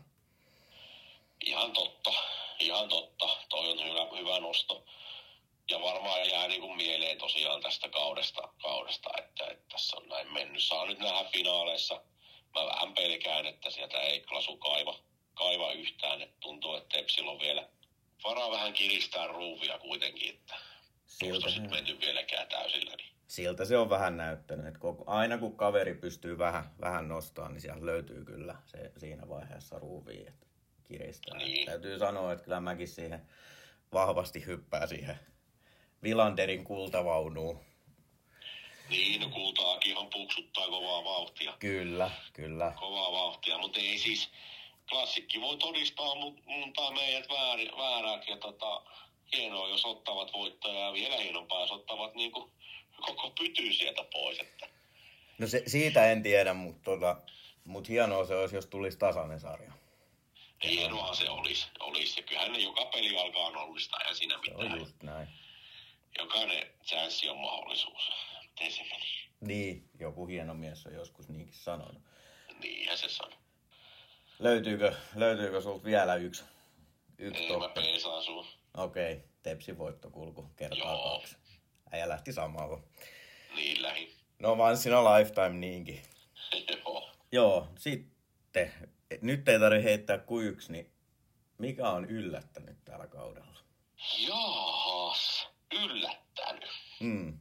Ihan totta. Ihan totta. Toi on hyvä, hyvä nosto. Ja varmaan jää niin kuin mieleen tosiaan tästä kaudesta, kaudesta että, että tässä on näin mennyt. Saa nyt nähdä finaaleissa. Mä vähän pelkään, että sieltä ei Klasu kaiva, kaiva yhtään. Että tuntuu, että Tepsillä on vielä varaa vähän kiristää ruuvia kuitenkin, että Siltä, sitten menty vieläkään täysillä. Niin. siltä se on vähän näyttänyt, että koko, aina kun kaveri pystyy vähän, vähän nostamaan, niin sieltä löytyy kyllä se siinä vaiheessa ruuvia, että kiristää. Niin. Täytyy sanoa, että kyllä mäkin siihen vahvasti hyppää siihen Vilanderin kultavaunuun. Niin, no kultaakin puksuttaa kovaa vauhtia. Kyllä, kyllä. Kovaa vauhtia, mutta ei siis, klassikki voi todistaa mun, mun tai meidät väär, väärääkin. Ja tota, hienoa, jos ottavat voittajaa, ja vielä hienompaa, jos ottavat niinku koko pyty sieltä pois. Että. No se, siitä en tiedä, mutta tota, mut hienoa se olisi, jos tulisi tasainen sarja. Hienoa se olisi. olisi. Ja kyllähän ne joka peli alkaa nollista, ja siinä Se mitään. on just näin. Jokainen chanssi on mahdollisuus. Miten se meni? Niin, joku hieno mies on joskus niinkin sanonut. Niinhän se sanoo. Löytyykö, löytyykö sulta vielä yksi, yksi Ei mä toppi? peesaan sun. Okei, okay, Tepsin voittokulku kertaa Joo. kaksi. Äijä lähti samalla. Niin lähi. No once in a lifetime niinkin. Joo. Joo, sitten. Nyt ei tarvitse heittää kuin yksi, niin mikä on yllättänyt tällä kaudella? Jaahas. Yllättänyt. Mm.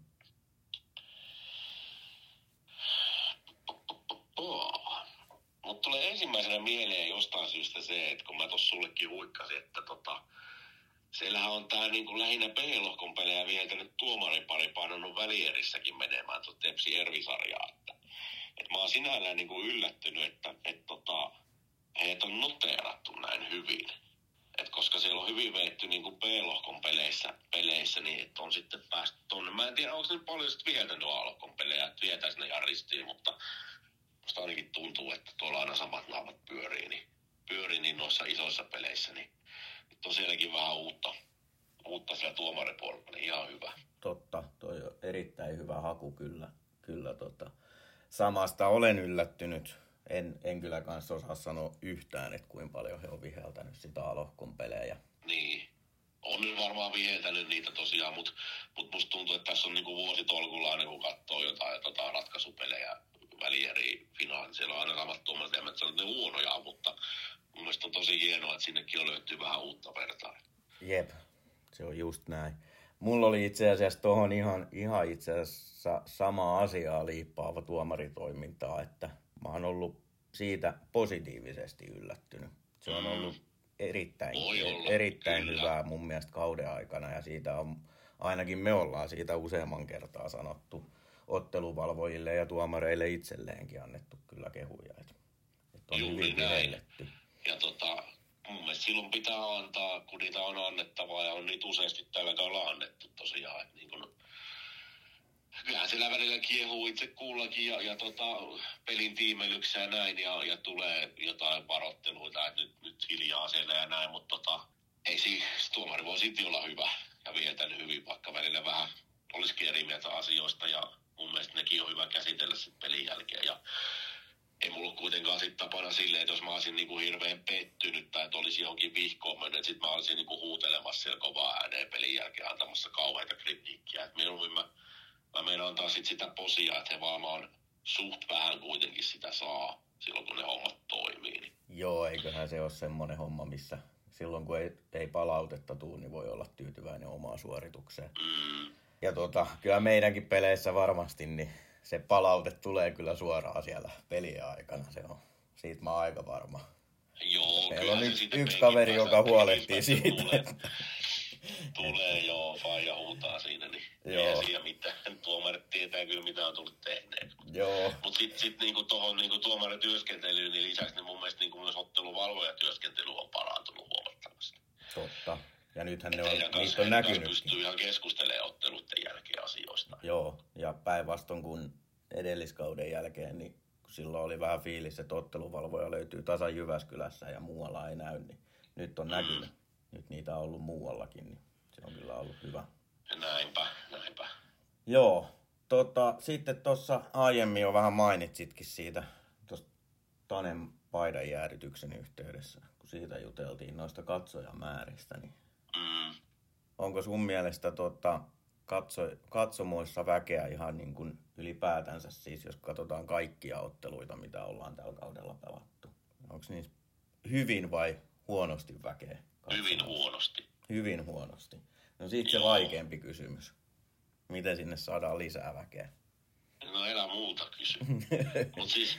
Mut tulee ensimmäisenä mieleen jostain syystä se, että kun mä tossa sullekin huikkasin, että tota, siellähän on tää niinku lähinnä B-lohkon pelejä vietänyt tuomaripari painanut välierissäkin menemään tuota Tepsi Ervi-sarjaa. Että, et mä oon sinällään niinku yllättynyt, että et tota, heitä on noteerattu näin hyvin. Et koska siellä on hyvin veetty niinku B-lohkon peleissä, peleissä, niin että on sitten päästy tonne. Mä en tiedä, onko se nyt paljon sit vietänyt A-lohkon pelejä, että vietäis ne ihan ristiin, mutta musta ainakin tuntuu, että tuolla aina samat naamat pyörii, niin, pyörii niin noissa isoissa peleissä, niin nyt on sielläkin vähän uutta, uutta siellä tuomaripuolella, niin ihan hyvä. Totta, toi on erittäin hyvä haku kyllä. Kyllä tota. Samasta olen yllättynyt. En, en kyllä kanssa osaa sanoa yhtään, että kuinka paljon he on viheltänyt sitä A-lohkon pelejä. Niin, on nyt varmaan viheltänyt niitä tosiaan, mutta mut musta tuntuu, että tässä on niinku vuositolkulla aina kun katsoo jotain tota, ratkaisupelejä, välieri, finaali, siellä on aina samat tuomat, en mä sano, että ne huonoja, mutta mun mielestä on tosi hienoa, että sinnekin on löytyy vähän uutta vertaa. Jep, se on just näin. Mulla oli itse asiassa tohon ihan, ihan itse asiassa samaa asiaa liippaava tuomaritoimintaa, että mä oon ollut siitä positiivisesti yllättynyt. Se on ollut erittäin, olla, erittäin kyllä. hyvää mun mielestä kauden aikana ja siitä on, ainakin me ollaan siitä useamman kertaa sanottu otteluvalvojille ja tuomareille itselleenkin annettu kyllä kehuja, että, että on Juuri hyvin näin. vihelletty. Ja tota, mun mielestä silloin pitää antaa, kun niitä on annettavaa ja on niitä useasti tällä kaudella annettu tosiaan. Että niin kun, kyllähän siellä välillä kiehuu itse kullakin ja, ja tota, pelin tiimelyksiä ja näin ja, ja tulee jotain varoitteluita, että nyt, nyt hiljaa siellä ja näin, mutta tota, ei siis, tuomari voi silti olla hyvä ja vietänyt hyvin, vaikka välillä vähän olisikin eri mieltä asioista ja mun mielestä nekin on hyvä käsitellä sitten pelin jälkeen ja ei mulla ole kuitenkaan sit tapana silleen, että jos mä olisin niinku hirveän pettynyt tai että olisi johonkin vihkoon mennyt, että sit mä olisin niinku huutelemassa siellä kovaa ääneen pelin jälkeen antamassa kauheita kritiikkiä. Et minun, mä, mä meinaan antaa sit sitä posia, että he vaan suht vähän kuitenkin sitä saa silloin, kun ne hommat toimii. Niin. Joo, eiköhän se ole semmoinen homma, missä silloin kun ei, ei palautetta tule, niin voi olla tyytyväinen omaan suoritukseen. Mm. Ja tota, kyllä meidänkin peleissä varmasti niin se palaute tulee kyllä suoraan siellä pelien aikana. Se on, siitä mä oon aika varma. Joo, meillä on yksi, sitten yksi kaveri, joka huolehtii siitä. Tulee, tulee joo, faija huutaa siinä, niin joo. Ei siinä mitään. Tuomarit tietää kyllä, mitä on tullut tehneet. Joo. Mutta sitten sit niinku tuohon niinku tuomarityöskentelyyn, niin lisäksi niin mun mielestä niinku myös otteluvalvojatyöskentely on parantunut huomattavasti. Totta. Ja nythän ne on, niitä on näkynyt. Pystyy ihan keskustelemaan otteluiden jälkeen asioista. Joo, ja päinvastoin kuin edelliskauden jälkeen, niin kun silloin oli vähän fiilis, että otteluvalvoja löytyy tasan Jyväskylässä ja muualla ei näy, niin nyt on näkynyt. Mm. Nyt niitä on ollut muuallakin, niin se on kyllä ollut hyvä. Näinpä, näinpä. Joo, tota, sitten tuossa aiemmin jo vähän mainitsitkin siitä, tuosta Tanen paidan jäädytyksen yhteydessä, kun siitä juteltiin noista katsojamääristä, niin mm. onko sun mielestä tota, katso, katsomoissa väkeä ihan niin kuin ylipäätänsä, siis jos katsotaan kaikkia otteluita, mitä ollaan tällä kaudella pelattu? Onko niin hyvin vai huonosti väkeä? Katsomoissa? Hyvin huonosti. Hyvin huonosti. No siitä se vaikeampi kysymys. Miten sinne saadaan lisää väkeä? No elä muuta kysy. Mutta siis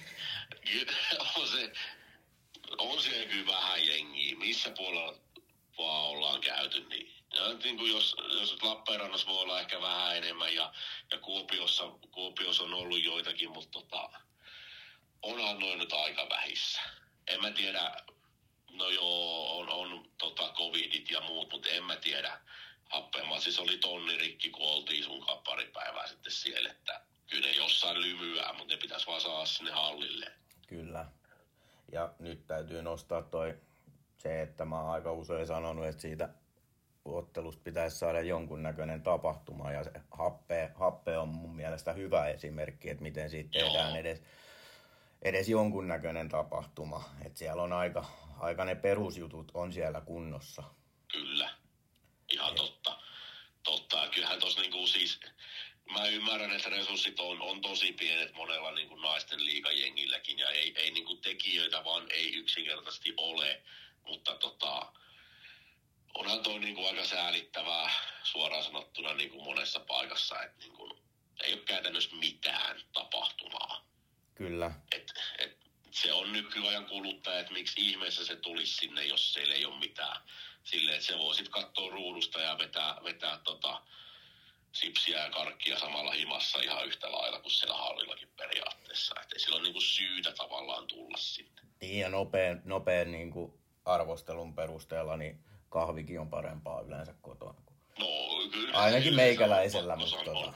on se, on se kyllä vähän jengiä. Missä puolella vaan ollaan käyty, niin, ja niin kuin jos, jos Lappeenrannassa voi olla ehkä vähän enemmän ja, ja Kuopiossa, Kuopiossa on ollut joitakin, mutta tota, onhan noin nyt aika vähissä. En mä tiedä, no joo, on, on tota covidit ja muut, mutta en mä tiedä. Happeenmaa siis oli tonni rikki, kun oltiin sunkaan pari päivää sitten siellä, että kyllä ne jossain lymyää, mutta ne pitäisi vaan saada sinne hallille. Kyllä. Ja nyt täytyy nostaa toi se, että mä oon aika usein sanonut, että siitä ottelusta pitäisi saada jonkunnäköinen tapahtuma. Ja se happe, happe on mun mielestä hyvä esimerkki, että miten siitä tehdään edes, edes jonkunnäköinen tapahtuma. Että siellä on aika, aika ne perusjutut on siellä kunnossa. Kyllä. Ihan totta. Totta. Kyllähän tossa niinku siis, mä ymmärrän, että resurssit on, on tosi pienet monella niinku naisten liigajengilläkin ja ei, ei niinku tekijöitä vaan ei yksinkertaisesti ole. Mutta tota, onhan toi niinku aika säälittävää suoraan sanottuna niinku monessa paikassa, että niinku, ei ole käytännössä mitään tapahtumaa. Kyllä. Et, et, se on nykyajan kuluttaja, että miksi ihmeessä se tulisi sinne, jos siellä ei ole mitään. Silleen, että se voi sitten katsoa ruudusta ja vetää, vetää tota sipsiä ja karkkia samalla himassa ihan yhtä lailla kuin siellä hallillakin periaatteessa. Että ei sillä ole niinku syytä tavallaan tulla sinne. Niin ja nopean, nopean niinku arvostelun perusteella niin kahvikin on parempaa yleensä kotona. No kyllä. Ainakin kyllä, meikäläisellä, mutta tota,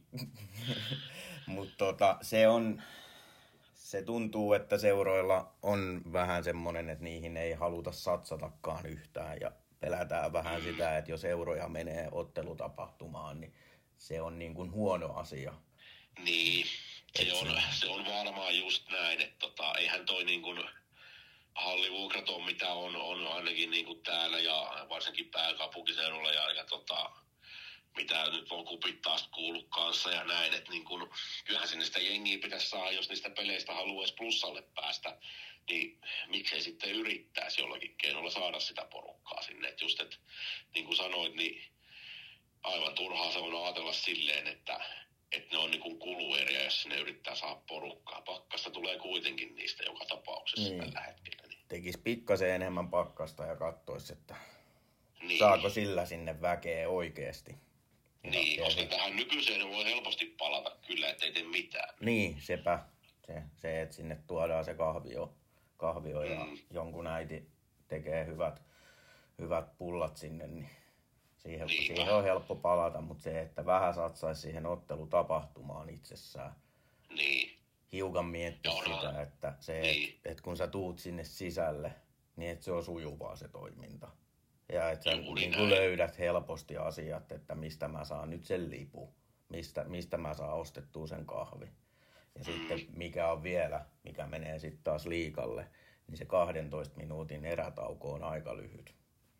mut tota, se on... Se tuntuu, että seuroilla on vähän semmoinen, että niihin ei haluta satsatakaan yhtään ja pelätään vähän sitä, että jos euroja menee ottelutapahtumaan, niin se on niin kuin huono asia. Niin, se on, se on varmaan just näin, että tota, eihän toi niin kuin hallivuokrat on mitä on, on ainakin niin kuin täällä ja varsinkin pääkaupunkiseudulla ja, ja tota, mitä nyt on kupit taas kuullut kanssa ja näin, että niin kun, kyllähän sinne sitä jengiä pitäisi saada, jos niistä peleistä haluaisi plussalle päästä, niin miksei sitten yrittäisi jollakin keinolla saada sitä porukkaa sinne. Että just, että niin kuin sanoit, niin aivan turhaa se on ajatella silleen, että, että ne on niin kuin kulueriä, jos sinne yrittää saada porukkaa. Pakkasta tulee kuitenkin niistä joka tapauksessa niin tällä hetkellä. Niin. Tekisi pikkasen enemmän pakkasta ja katsoisi, että niin. Saako sillä sinne väkeä oikeasti. Niin, koska tähän nykyiseen voi helposti palata kyllä, ettei tee mitään. Niin, sepä. Se, se että sinne tuodaan se kahvio, kahvio mm. ja jonkun äiti tekee hyvät, hyvät pullat sinne, niin siihen, siihen on helppo palata, mutta se, että vähän satsaisi siihen ottelutapahtumaan itsessään. Niin. Hiukan miettiä sitä, että, se, niin. että, että kun sä tuut sinne sisälle, niin että se on sujuvaa se toiminta. Ja että sä niin kuin löydät helposti asiat, että mistä mä saan nyt sen lipun, mistä, mistä mä saan ostettua sen kahvi. Ja mm. sitten mikä on vielä, mikä menee sitten taas liikalle, niin se kahdentoista minuutin erätauko on aika lyhyt.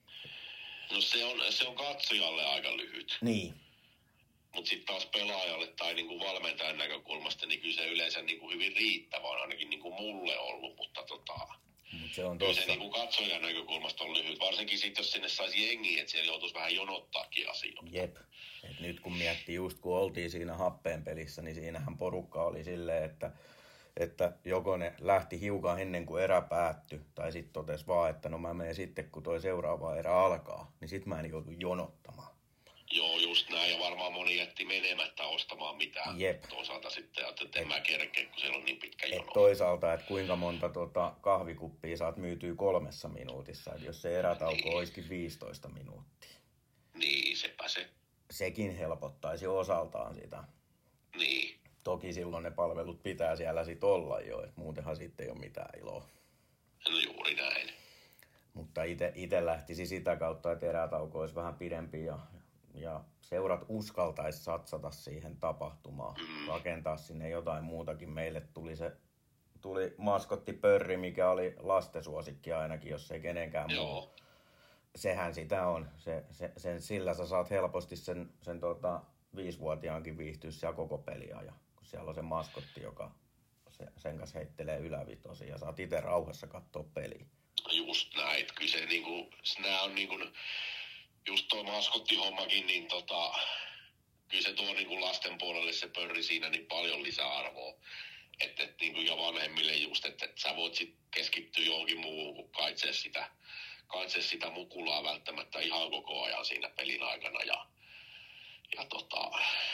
No se on, se on katsojalle aika lyhyt. Niin. Mutta sitten taas pelaajalle tai niinku valmentajan näkökulmasta, niin kyllä se yleensä niinku hyvin riittävä on ainakin niinku mulle ollut, mutta tota... Mut se on tossa. tossa. Se niinku katsojan näkökulmasta on lyhyt, varsinkin sitten jos sinne saisi jengiä, että siellä joutuisi vähän jonottaakin asioita. Jep. Et nyt kun miettii just kun oltiin siinä happeen pelissä, niin siinähän porukka oli silleen, että että joko ne lähti hiukan ennen kuin erä päättyi, tai sitten totesi vaan, että no mä menen sitten, kun toi seuraava erä alkaa, niin sit mä en joudu jonottamaan. Joo, just näin, ja varmaan moni jätti menemättä ostamaan mitään. Jep. Toisaalta sitten, että en mä kerkeä, kun siellä on niin pitkä jono. Et toisaalta, että kuinka monta tota, kahvikuppia saat myytyä kolmessa minuutissa, että jos se erätauko niin olisikin viisitoista minuuttia. Niin, sepä se. Sekin helpottaisi osaltaan sitä. Niin. Toki silloin ne palvelut pitää siellä sit olla jo, että muutenhan sitten ei ole mitään iloa. No juuri näin. Mutta itse lähtisi sitä kautta, että erätauko olisi vähän pidempi ja, ja seurat uskaltaisi satsata siihen tapahtumaan, mm. rakentaa sinne jotain muutakin. Meille tuli se tuli maskottipörri, mikä oli lastensuosikki ainakin, jos ei kenenkään muu. Sehän sitä on. Se, se, sen, sillä sä saat helposti sen, sen tota, viisivuotiaankin viihtyä siellä koko peliajan. Kun siellä on se maskotti, joka se, sen kanssa heittelee ylävitosi ja saat itse rauhassa katsoa peliä. Just näin. Kyllä se niinku, nää on niinku, just tuo maskottihommakin, niin tota, kyllä se tuo niinku lasten puolelle se pörri siinä niin paljon lisäarvoa. Että et, niinku ja vanhemmille just, että et sä voit sit keskittyä johonkin muuhun kuin kaitsee sitä, kaitsee sitä mukulaa välttämättä ihan koko ajan siinä pelin aikana. Ja, ja tota,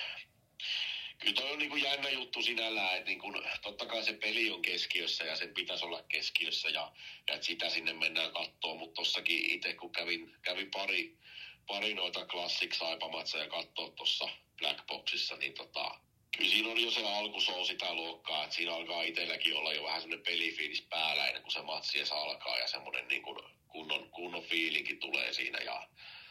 kyllä toi on niinku jännä juttu sinällään, että niinku, totta kai se peli on keskiössä ja sen pitäisi olla keskiössä ja, ja että sitä sinne mennään katsoa, mutta tossakin itse kun kävin, kävin pari, pari noita Classic Saipa-matseja katsoa tuossa Blackboxissa, niin tota, kyllä siinä on jo se alkushow sitä luokkaa, että siinä alkaa itselläkin olla jo vähän semmoinen pelifiilis päällä ennen kuin se matsi edes alkaa ja semmoinen niin kuin kunnon, kunnon fiilinki tulee siinä ja,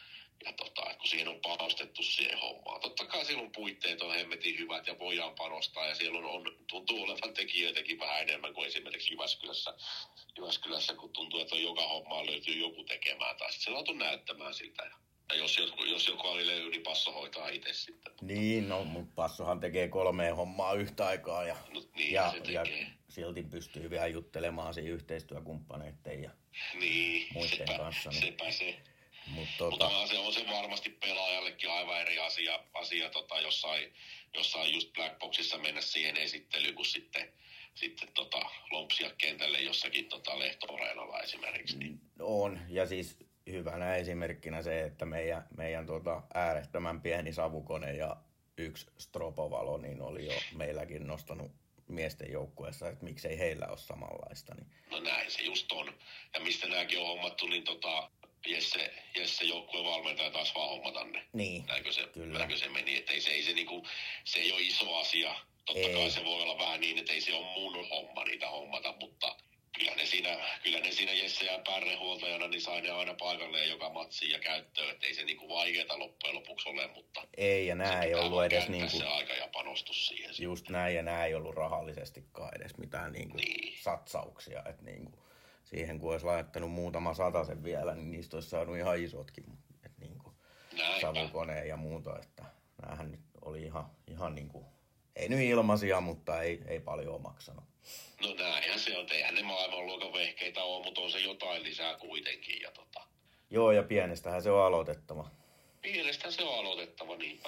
ja tota, että kun siihen on panostettu siihen hommaan. Totta kai siellä on puitteet on hemmetin hyvät ja voidaan panostaa ja siellä on, on tuntuu olevan tekijöitäkin vähän enemmän kuin esimerkiksi Jyväskylässä, Jyväskylässä kun tuntuu, että on joka hommaa löytyy joku tekemään tai sitten se laatu näyttämään siltä. Ja jos, jos joku oli löydy, niin Passo hoitaa itse sitten. Niin, no, mutta Passohan tekee kolmea hommaa yhtä aikaa ja, no, niin, ja, ja silti pystyy vielä juttelemaan siinä yhteistyökumppaneiden ja niin, muiden sepä, kanssa. Niin. Sepä se. Mut, tota... Mutta se on se varmasti pelaajallekin aivan eri asia, asia tota, jossain, jossain just Blackboxissa mennä siihen esittelyyn, kun sitten, sitten tota, lompsia kentälle jossakin tota, Lehto-areenalla esimerkiksi. Niin. On, ja siis hyvänä esimerkkinä se, että meidän, meidän tota, äärettömän pieni savukone ja yksi stropovalo niin oli jo meilläkin nostanut miesten joukkueessa, että miksei heillä ole samanlaista. Niin. No näin se just on. Ja mistä nämäkin on hommattu, niin tota, Jesse, Jesse joukkueen valmentaja taas vaan hommata ne. Niin, näinkö se, kyllä. Näinkö se meni, että ei se, ei se, niinku, se ei ole iso asia. Totta ei. Kai se voi olla vähän niin, että ei se ole mun homma niitä hommata, mutta kyllä ne siinä, kyllä ne siinä Jesse ja Pärre huoltajana niin sai ne aina paikalleen joka matsiin ja käyttöön, että ei se niinku vaikeeta loppujen lopuksi ole, mutta ei, ja nää ei ollut edes niinku se aika ja panostus siihen. Just sitten. Näin, ja nää ei ollut rahallisestikaan edes mitään niinku niin. satsauksia, että niinku siihen kun olisi laittanut muutama satasen vielä, niin niistä olisi saanut ihan isotkin, että niinku savukoneen ja muuta, että näähän nyt oli ihan, ihan niinku, ei nyt ilmaisia, mutta ei, ei paljon maksanut. No näinhän se on, eihän ne maailmanluokan vehkeitä ole, mutta on se jotain lisää kuitenkin. Ja tota... Joo, ja pienestähän se on aloitettava. Pienestähän se on aloitettava, niinpä.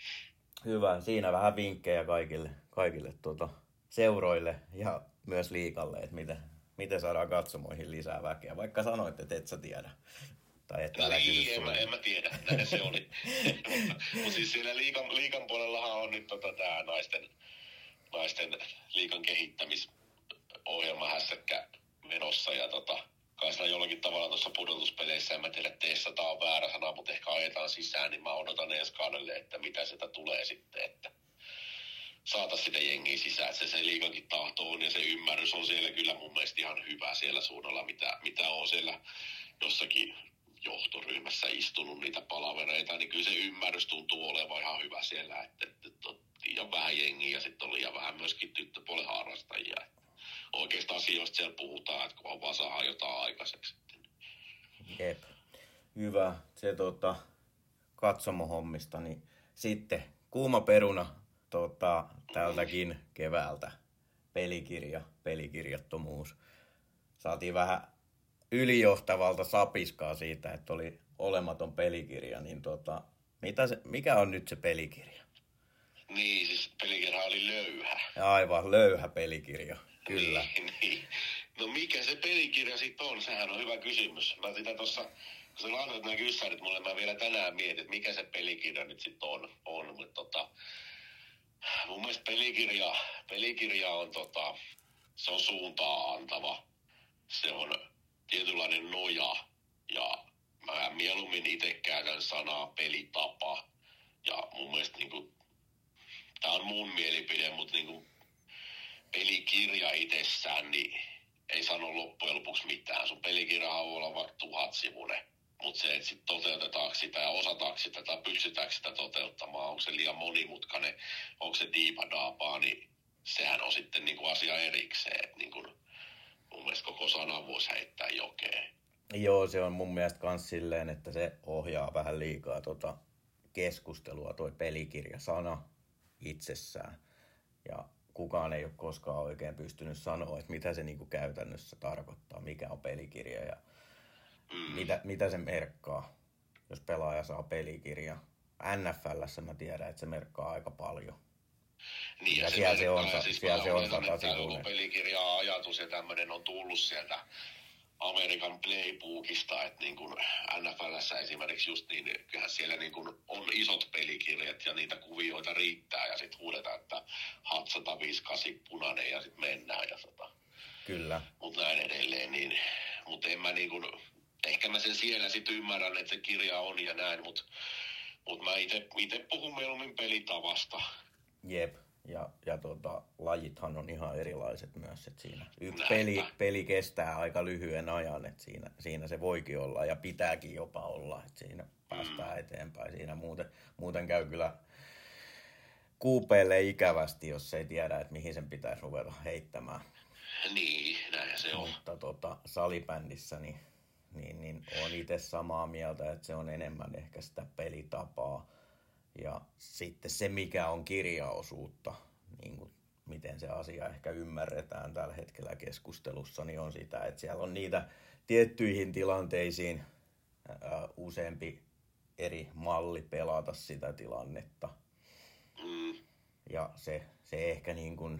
Hyvä, siinä vähän vinkkejä kaikille, kaikille tuota, seuroille ja myös liikalle, että miten, miten saadaan katsomoihin lisää väkeä, vaikka sanoitte, että et sä tiedä. Tai et no niin, en mä, en mä tiedä, näin se oli. Mutta siis siinä liikan, liikan puolellahan on nyt tota, tää naisten, naisten liikan kehittämisohjelma hässäkkä menossa ja tota, kai siinä jollakin tavalla tuossa pudotuspeleissä, en mä tiedä, teessä tää on väärä sana, mutta ehkä ajetaan sisään, niin mä odotan ensi kaudelle, että mitä sieltä tulee sitten, että saata sitä jengiä sisään, että se, se liikankin tahto on ja se ymmärrys on siellä kyllä mun mielestä ihan hyvä siellä suunnalla, mitä, mitä on siellä jossakin johtoryhmässä istunut niitä palavereita, niin kyllä se ymmärrys tuntuu olevan ihan hyvä siellä, että, että, että on liian vähän jengiä ja sitten on liian vähän myöskin tyttöpuolen harrastajia. Oikeista asioista siellä puhutaan, että kun vaan saadaan jotain aikaiseksi. Jep. Hyvä. Se tota, katsomohommista, niin sitten kuuma peruna tota, tältäkin keväältä. Pelikirja, pelikirjattomuus. Saatiin vähän ylijohtavalta sapiskaa siitä, että oli olematon pelikirja, niin tota, mitä se, mikä on nyt se pelikirja? Niin, siis pelikirja oli löyhä. Aivan, löyhä pelikirja, kyllä. Niin, niin. No mikä se pelikirja sitten on? Sehän on hyvä kysymys. Mä sitä tossa, kun sä laitoit nämä kyssärit mulle, mä vielä tänään mietin, että mikä se pelikirja nyt sitten on. on. Mutta tota, mun mielestä pelikirja, pelikirja on, tota, se on suuntaa antava. Se on tietynlainen noja. Ja mä mieluummin itse käytän sanaa pelitapa. Ja mun mielestä niinku, tää on mun mielipide, mutta niinku, pelikirja itsessään, niin ei sano loppujen lopuksi mitään. Sun pelikirja voi olla vaikka tuhatsivuinen, mutta se, että sit toteutetaanko sitä ja osataanko sitä tai pystytäänkö sitä toteuttamaan, onko se liian monimutkainen, onko se diipadaapaa, niin sehän on sitten niinku asia erikseen. Et niinku, mun mielestä koko sanan voisi heittää jokeen. Joo, se on mun mielestä kans silleen, että se ohjaa vähän liikaa tota keskustelua, toi pelikirjasana itsessään. Ja kukaan ei ole koskaan oikein pystynyt sanoa, että mitä se niinku käytännössä tarkoittaa, mikä on pelikirja ja mm. mitä, mitä se merkkaa, jos pelaaja saa pelikirja. N F L:ssä mä tiedän, että se merkkaa aika paljon. Niin, ja, ja siellä se on, siis siellä se on satasivuinen. Pelikirja-ajatus ja tämmöinen on tullut sieltä Amerikan playbookista, että niin kuin N F L:ssä esimerkiksi just niin, kyllähän siellä niin kuin on isot pelikirjat ja niitä kuvioita riittää ja sitten huudetaan, että hat sata viisikymmentäkahdeksan punainen ja sitten mennään ja sata. Kyllä. Mutta näin edelleen, niin, mutta en mä niin kuin, ehkä mä sen siellä sitten ymmärrän, että se kirja on ja näin, mutta mut mä itse puhun mieluummin pelitavasta. Jep. Ja, ja tota, lajithan on ihan erilaiset myös, että siinä yksi peli, peli kestää aika lyhyen ajan, että siinä, siinä se voikin olla ja pitääkin jopa olla, että siinä päästään mm. eteenpäin. Siinä muuten, muuten käy kyllä kuupeille ikävästi, jos ei tiedä, että mihin sen pitäisi ruveta heittämään. Niin, näinhän se on. Mutta tota, salibändissä niin, niin, niin olen itse samaa mieltä, että se on enemmän ehkä sitä pelitapaa. Ja sitten se, mikä on kirjaosuutta, niin kuin miten se asia ehkä ymmärretään tällä hetkellä keskustelussa, niin on sitä, että siellä on niitä tiettyihin tilanteisiin ää, useampi eri malli pelata sitä tilannetta. Mm. Ja se, se ehkä niin kuin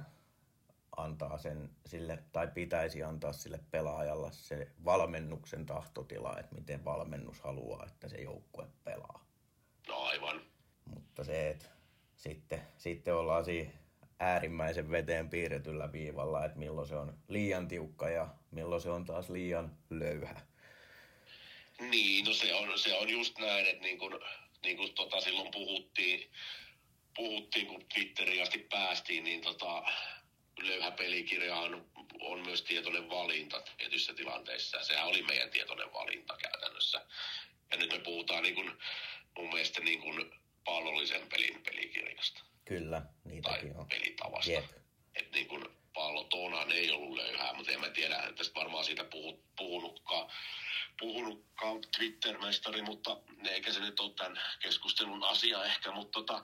antaa sen sille, tai pitäisi antaa sille pelaajalle se valmennuksen tahtotila, että miten valmennus haluaa, että se joukkue pelaa. No aivan. Mutta se, että sitten, sitten ollaan siinä äärimmäisen veteen piirretyllä viivalla, että milloin se on liian tiukka ja milloin se on taas liian löyhä. Niin, no se on, se on just näin, että niin kuin, niin kuin tota silloin puhuttiin, puhuttiin, kun Twitteriin asti päästiin, niin tota, löyhä pelikirja on, on myös tietoinen valinta tietyissä tilanteissa. Sehän oli meidän tietoinen valinta käytännössä. Ja nyt me puhutaan niin kuin, mun mielestä niin kuin pallollisen pelin pelikirjasta. Kyllä, niitäkin tai on. pelitavasta. Jep. Että niin kuin pallo toonaan ei ollut löyhää, mutta en mä tiedä, että tästä varmaan siitä puhut, puhunutkaan, puhunutkaan Twitter-mestari, mutta eikä se nyt ole tämän keskustelun asia ehkä, mutta tota,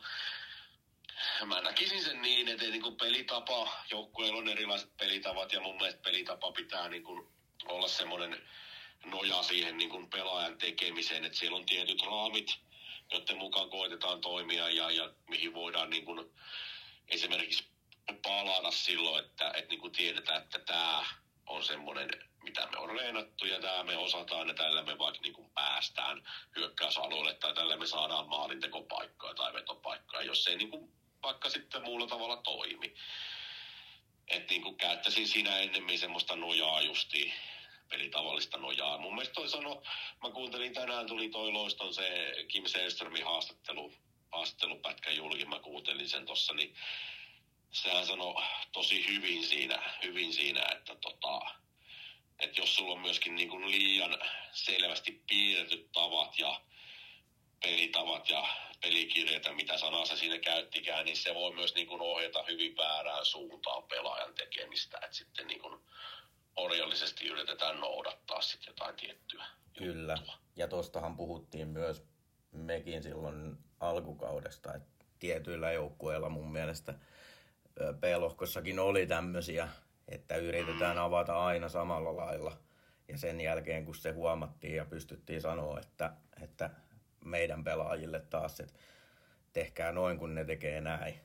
mä näkisin sen niin, että niin kuin pelitapa, joukkueilla on erilaiset pelitavat ja mun mielestä pelitapa pitää niin kuin olla semmoinen noja siihen niin kuin pelaajan tekemiseen, että siellä on tietyt raamit, joiden mukaan koetetaan toimia ja, ja mihin voidaan niin kuin esimerkiksi palata silloin, että, että niin kuin tiedetään, että tämä on semmoinen, mitä me on reenattu ja tämä me osataan ja tällä me vaikka niin kuin päästään hyökkäysalueelle tai tällä me saadaan maalintekopaikkoja tai vetopaikkoja, jos ei niin kuin vaikka sitten muulla tavalla toimi. Että niin kuin käyttäisin siinä ennemmin semmoista nojaa justiin, pelitavallista nojaa. Mun mielestä toi sano, mä kuuntelin tänään, tuli toi Loiston se Kim Sällströmin haastattelu, haastattelupätkä julki, mä kuuntelin sen tossa, niin sehän sanoi tosi hyvin siinä, hyvin siinä että, tota, että jos sulla on myöskin niin kuin liian selvästi piirretyt tavat ja pelitavat ja pelikirjat ja mitä sanaa se siinä käyttikään, niin se voi myös niin kuin ohjata hyvin väärään suuntaan pelaajan tekemistä, että sitten niin kuin orjallisesti yritetään noudattaa sitten jotain tiettyä Kyllä, juttua. Ja tostahan puhuttiin myös mekin silloin alkukaudesta, että tietyillä joukkueilla mun mielestä B-lohkossakin oli tämmöisiä, että yritetään avata aina samalla lailla. Ja sen jälkeen, kun se huomattiin ja pystyttiin sanoa, että, että meidän pelaajille taas, että tehkää noin, kun ne tekee näin,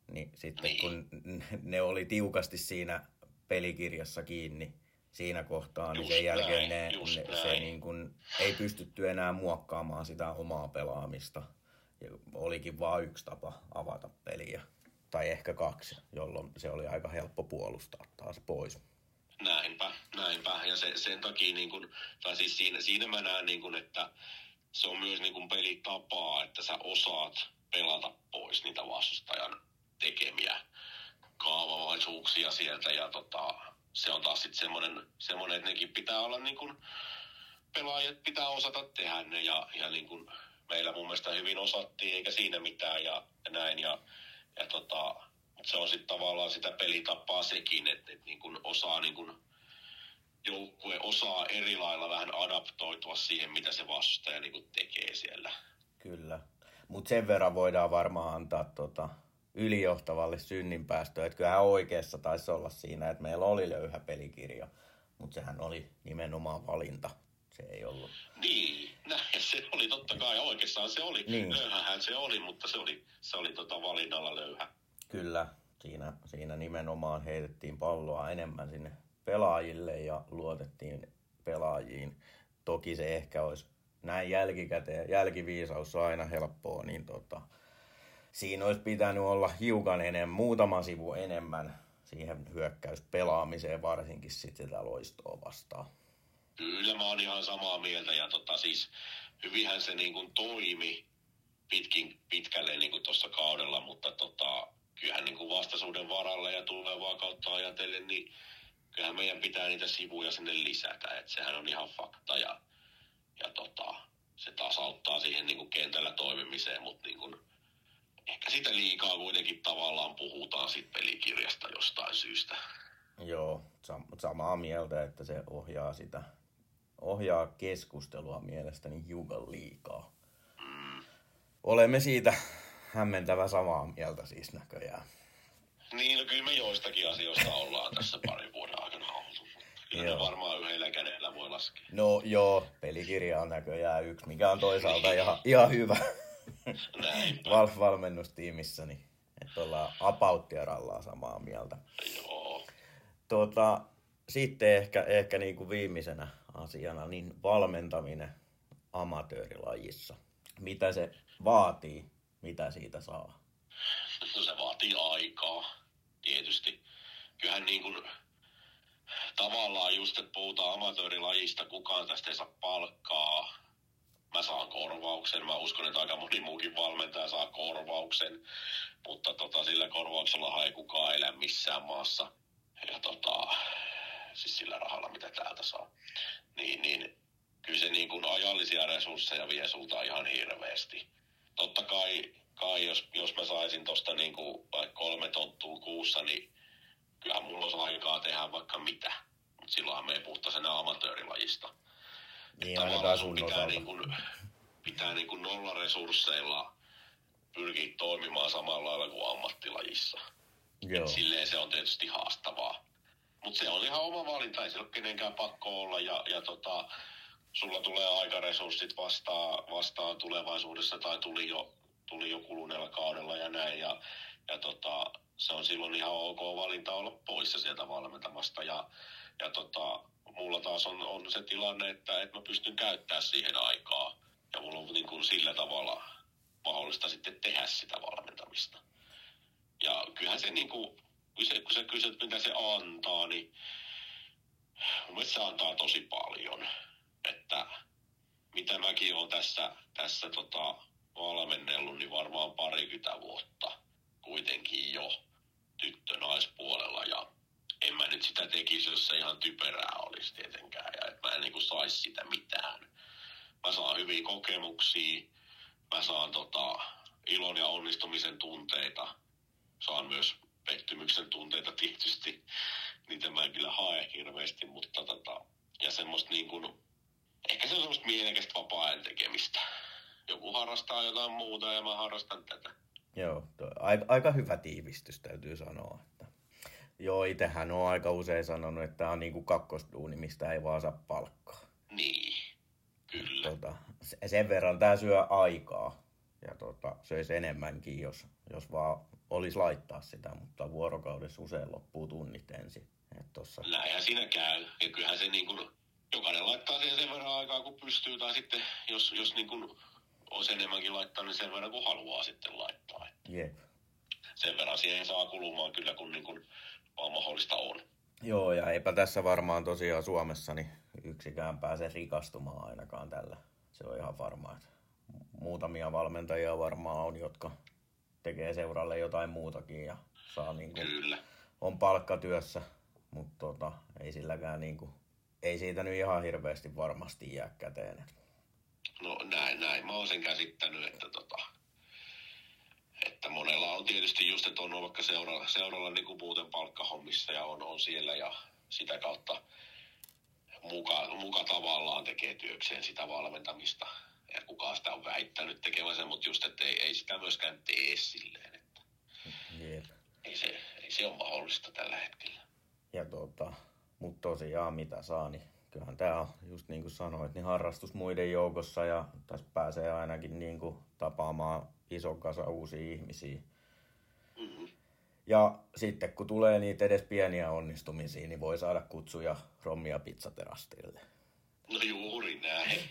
niin sitten kun ne oli tiukasti siinä pelikirjassa kiinni siinä kohtaa, niin Just sen jälkeen näin, ne, just ne, se näin. niin kuin ei pystytty enää muokkaamaan sitä omaa pelaamista. Ja olikin vain yksi tapa avata peliä, tai ehkä kaksi, jolloin se oli aika helppo puolustaa taas pois. Näinpä, näinpä. Ja se, sen takia, niin kun, tai siis siinä, siinä mä näen, niin kun, että se on myös niin kun pelitapaa, että sä osaat pelata pois niitä vastustajan tekemiä kaavamaisuuksia sieltä. Ja tota, se on taas sitten semmoinen, semmoinen, että nekin pitää olla niin kun, pelaajat pitää osata tehdä ne. Ja, ja niin kun meillä mun mielestä hyvin osattiin, eikä siinä mitään ja, ja näin. Ja, ja tota, mutta se on sitten tavallaan sitä pelitapaa sekin, että et niin kun osaa niin kun joukkue osaa eri lailla vähän adaptoitua siihen, mitä se vastustaja niin kun tekee siellä. Kyllä, mutta sen verran voidaan varmaan antaa tota ylijohtavalle synninpäästöä, että kyllähän oikeassa taisi olla siinä, että meillä oli löyhä pelikirja, mutta sehän oli nimenomaan valinta. Se ei ollut. Niin, näin, se oli totta kai oikeastaan se oli. Niin. Löyhähän se oli, mutta se oli, se oli tota valinnalla löyhä. Kyllä, siinä, siinä nimenomaan heitettiin palloa enemmän sinne pelaajille ja luotettiin pelaajiin. Toki se ehkä olisi näin jälkikäteen, jälkiviisaus on aina helppoa, niin tota, siinä olisi pitänyt olla hiukan enemmän, muutama sivu enemmän siihen hyökkäyspelaamiseen, varsinkin sitten sitä loistoa vastaan. Kyllä mä oon ihan samaa mieltä ja tota, siis hyvinhän se niin kuin toimi pitkin, pitkälle niin kuin tuossa kaudella, mutta tota, kyllähän niin kuin vastaisuuden varalle ja tulevaa kautta ajatellen, niin kyllähän meidän pitää niitä sivuja sinne lisätä, että sehän on ihan fakta ja, ja tota, se taas auttaa siihen niin kuin kentällä toimimiseen, mutta niin kuin, ehkä sitä liikaa kuitenkin tavallaan puhutaan siitä pelikirjasta jostain syystä. Joo, sam- samaa mieltä, että se ohjaa sitä, ohjaa keskustelua mielestäni hiukan liikaa. Mm. Olemme siitä hämmentävä samaa mieltä siis näköjään. Niin, no kyllä me joistakin asioista ollaan tässä parin vuoden aikana oltu, mutta kyllä ne varmaan yhdellä kädellä voi laskea. No joo, pelikirja on näköjään yksi, mikä on toisaalta ihan, ihan hyvä Val- valmennustiimissä, niin että ollaan apauttiarallaan samaa mieltä. Joo. Tota, sitten ehkä, ehkä niin kuin viimeisenä asiana, niin valmentaminen amatöörilajissa. Mitä se vaatii, mitä siitä saa? No se vaatii aikaa, tietysti. Kyllähän niin kuin, tavallaan just, että puhutaan amatöörilajista, kukaan tästä ei saa palkkaa. Mä saan korvauksen, mä uskon, että aika moni muukin valmentaja saa korvauksen, mutta tota, sillä korvauksellahan ei kukaan elä missään maassa. Ja tota, siis sillä rahalla, mitä täältä saa. Niin, niin kyllä se niin kuin ajallisia resursseja vie sulta ihan hirveästi. Totta kai, kai jos, jos mä saisin tosta niin kuin vaikka kolme tonttua kuussa, niin kyllähän mulla olisi aikaa tehdä vaikka mitä. Mutta silloinhan me ei puhtaisena amatöörilajista. Niin ainakaan sun pitää osalta. niin kuin, pitää niin kuin nollaresursseilla pyrkiä toimimaan samalla lailla kuin ammattilajissa. Joo. Silleen se on tietysti haastavaa. Mutta se on ihan oma valinta, ei se ole kenenkään pakko olla. Ja, ja tota, sulla tulee aikaresurssit vastaan, vastaan tulevaisuudessa tai tuli jo, tuli jo kuluneella kaudella ja näin. Ja, ja tota, se on silloin ihan ok valinta olla poissa sieltä valmentamasta. Ja, ja tota, mulla taas on, on se tilanne, että, että mä pystyn käyttämään siihen aikaa. Ja mulla on niin kuin sillä tavalla mahdollista sitten tehdä sitä valmentamista. Ja kyllähän se niin kuin, kun, se, kun sä kysyt, mitä se antaa, niin mun mielestä se antaa tosi paljon. Että mitä mäkin olen tässä, tässä tota, valmennellut, niin varmaan parikymmentä vuotta kuitenkin jo tyttö-naispuolella. Ja en mä nyt sitä tekisi, jos se ihan typerää olisi tietenkään. Ja että mä en niin kuin saisi sitä mitään. Mä saan hyviä kokemuksia. Mä saan tota, ilon ja onnistumisen tunteita. Saan myös pettymyksen tunteita tietysti. Niitä mä en kyllä hae hirveästi, mutta tota, ja semmoista niin kuin, ehkä se on semmoista mielekästä vapaa-ajan tekemistä. Joku harrastaa jotain muuta ja mä harrastan tätä. Joo, toi, aika, aika hyvä tiivistys täytyy sanoa. Että joo, itsehän on aika usein sanonut, että tämä on niin kuin kakkosduuni, mistä ei vaan saa palkkaa. Niin, kyllä. Tota, sen verran tämä syö aikaa ja tota, söisi enemmänkin, jos, jos vaan olisi laittaa sitä, mutta vuorokaudessa usein loppuu tunnit ensin. Et tossa... Näinhän siinä käy. Ja kyllähän se niin kuin, jokainen laittaa siihen sen verran aikaa, kun pystyy, tai sitten jos, jos niin kuin olisi enemmänkin laittaa, niin sen verran, kun haluaa sitten laittaa. Jep. Sen verran siihen saa kulumaan kyllä, kun niin kuin vaan mahdollista on. Joo, ja eipä tässä varmaan tosiaan Suomessa niin yksikään pääse rikastumaan ainakaan tällä. Se on ihan varmaa, että muutamia valmentajia varmaan on, jotka tekee seuralle jotain muutakin ja saa niin kuin, Kyllä. on palkkatyössä, mutta tota, ei silläkään niin kuin, ei siitä nyt ihan hirveästi varmasti jää käteen. No näin, näin. Mä oon sen käsittänyt, että, tota, että monella on tietysti just, että on vaikka seuralla, seuralla niin kuin muuten palkkahommissa ja on, on siellä ja sitä kautta muka, muka tavallaan tekee työkseen sitä valmentamista. Ja kukaan sitä on väittänyt tekevänsä, mutta just, että ei, ei sitä myöskään tee silleen, että Jep. ei se, ei se ole mahdollista tällä hetkellä. Ja tota, mutta tosiaan mitä saa, niin kyllähän tää on just niin kuin sanoit, niin harrastus muiden joukossa ja tässä pääsee ainakin niin kuin tapaamaan ison kasa uusia ihmisiä. Mm-hmm. Ja sitten kun tulee niitä edes pieniä onnistumisia, niin voi saada kutsuja rommia pizzaterastille. No juuri näin.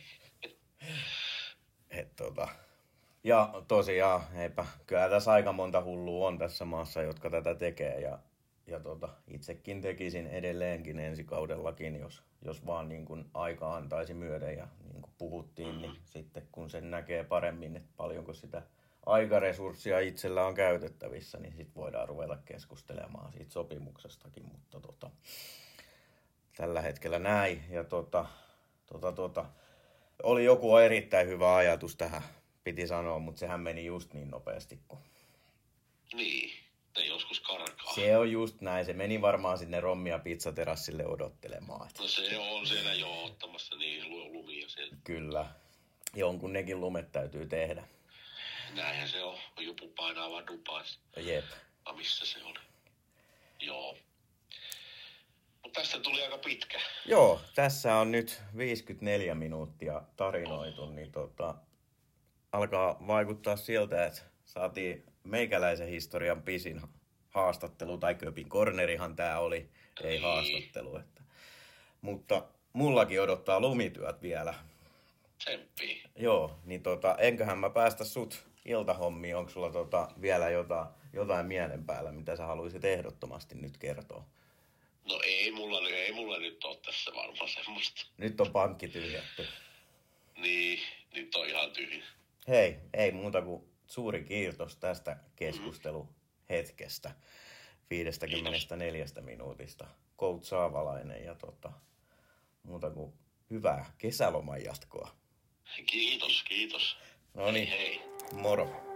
Et tota, ja tosiaan, eipä, kyllä tässä aika monta hullua on tässä maassa, jotka tätä tekee. Ja, ja tota, itsekin tekisin edelleenkin ensi kaudellakin, jos, jos vaan niin kuin aika antaisi myöden. Ja niin kuin puhuttiin, mm-hmm. niin sitten kun sen näkee paremmin, että paljonko sitä aikaresurssia itsellä on käytettävissä, niin sitten voidaan ruveta keskustelemaan siitä sopimuksestakin. Mutta tota, tällä hetkellä näin. Ja tota, tota, tota, oli joku erittäin hyvä ajatus tähän, piti sanoa, mutta sehän meni just niin nopeasti kuin... Niin, te joskus karkaa. Se on just näin, se meni varmaan sinne rommia pizzaterassille odottelemaan. No se on siellä jo ottamassa niin lumia siellä. Kyllä, jonkun nekin lumet täytyy tehdä. Näinhän se on, joku painaa vaan Dubaissa. Jep. No missä se oli? Joo. Mutta tästä tuli aika pitkä. Joo, tässä on nyt viisikymmentäneljä minuuttia tarinoitu, oh. niin tota, alkaa vaikuttaa siltä, että saatiin meikäläisen historian pisin haastattelu, tai Köpin Cornerihan tää oli, ei niin. haastattelu. Että. Mutta mullakin odottaa lumityöt vielä. Tsemppii. Joo, niin tota, enköhän mä päästä sut iltahommiin, onko sulla tota vielä jotain, jotain mielen päällä, mitä sä haluaisit ehdottomasti nyt kertoa? No ei mulla, ei mulla nyt ole tässä varmaan semmoista. Nyt on pankki tyhjätty. Niin, nyt on ihan tyhjä. Hei, ei muuta kuin suuri kiitos tästä keskusteluhetkestä. viisikymmentäneljä minuutista. Coach Saavalainen ja tota, muuta kuin hyvää kesäloman jatkoa. Kiitos, kiitos. No niin, hei. Moro.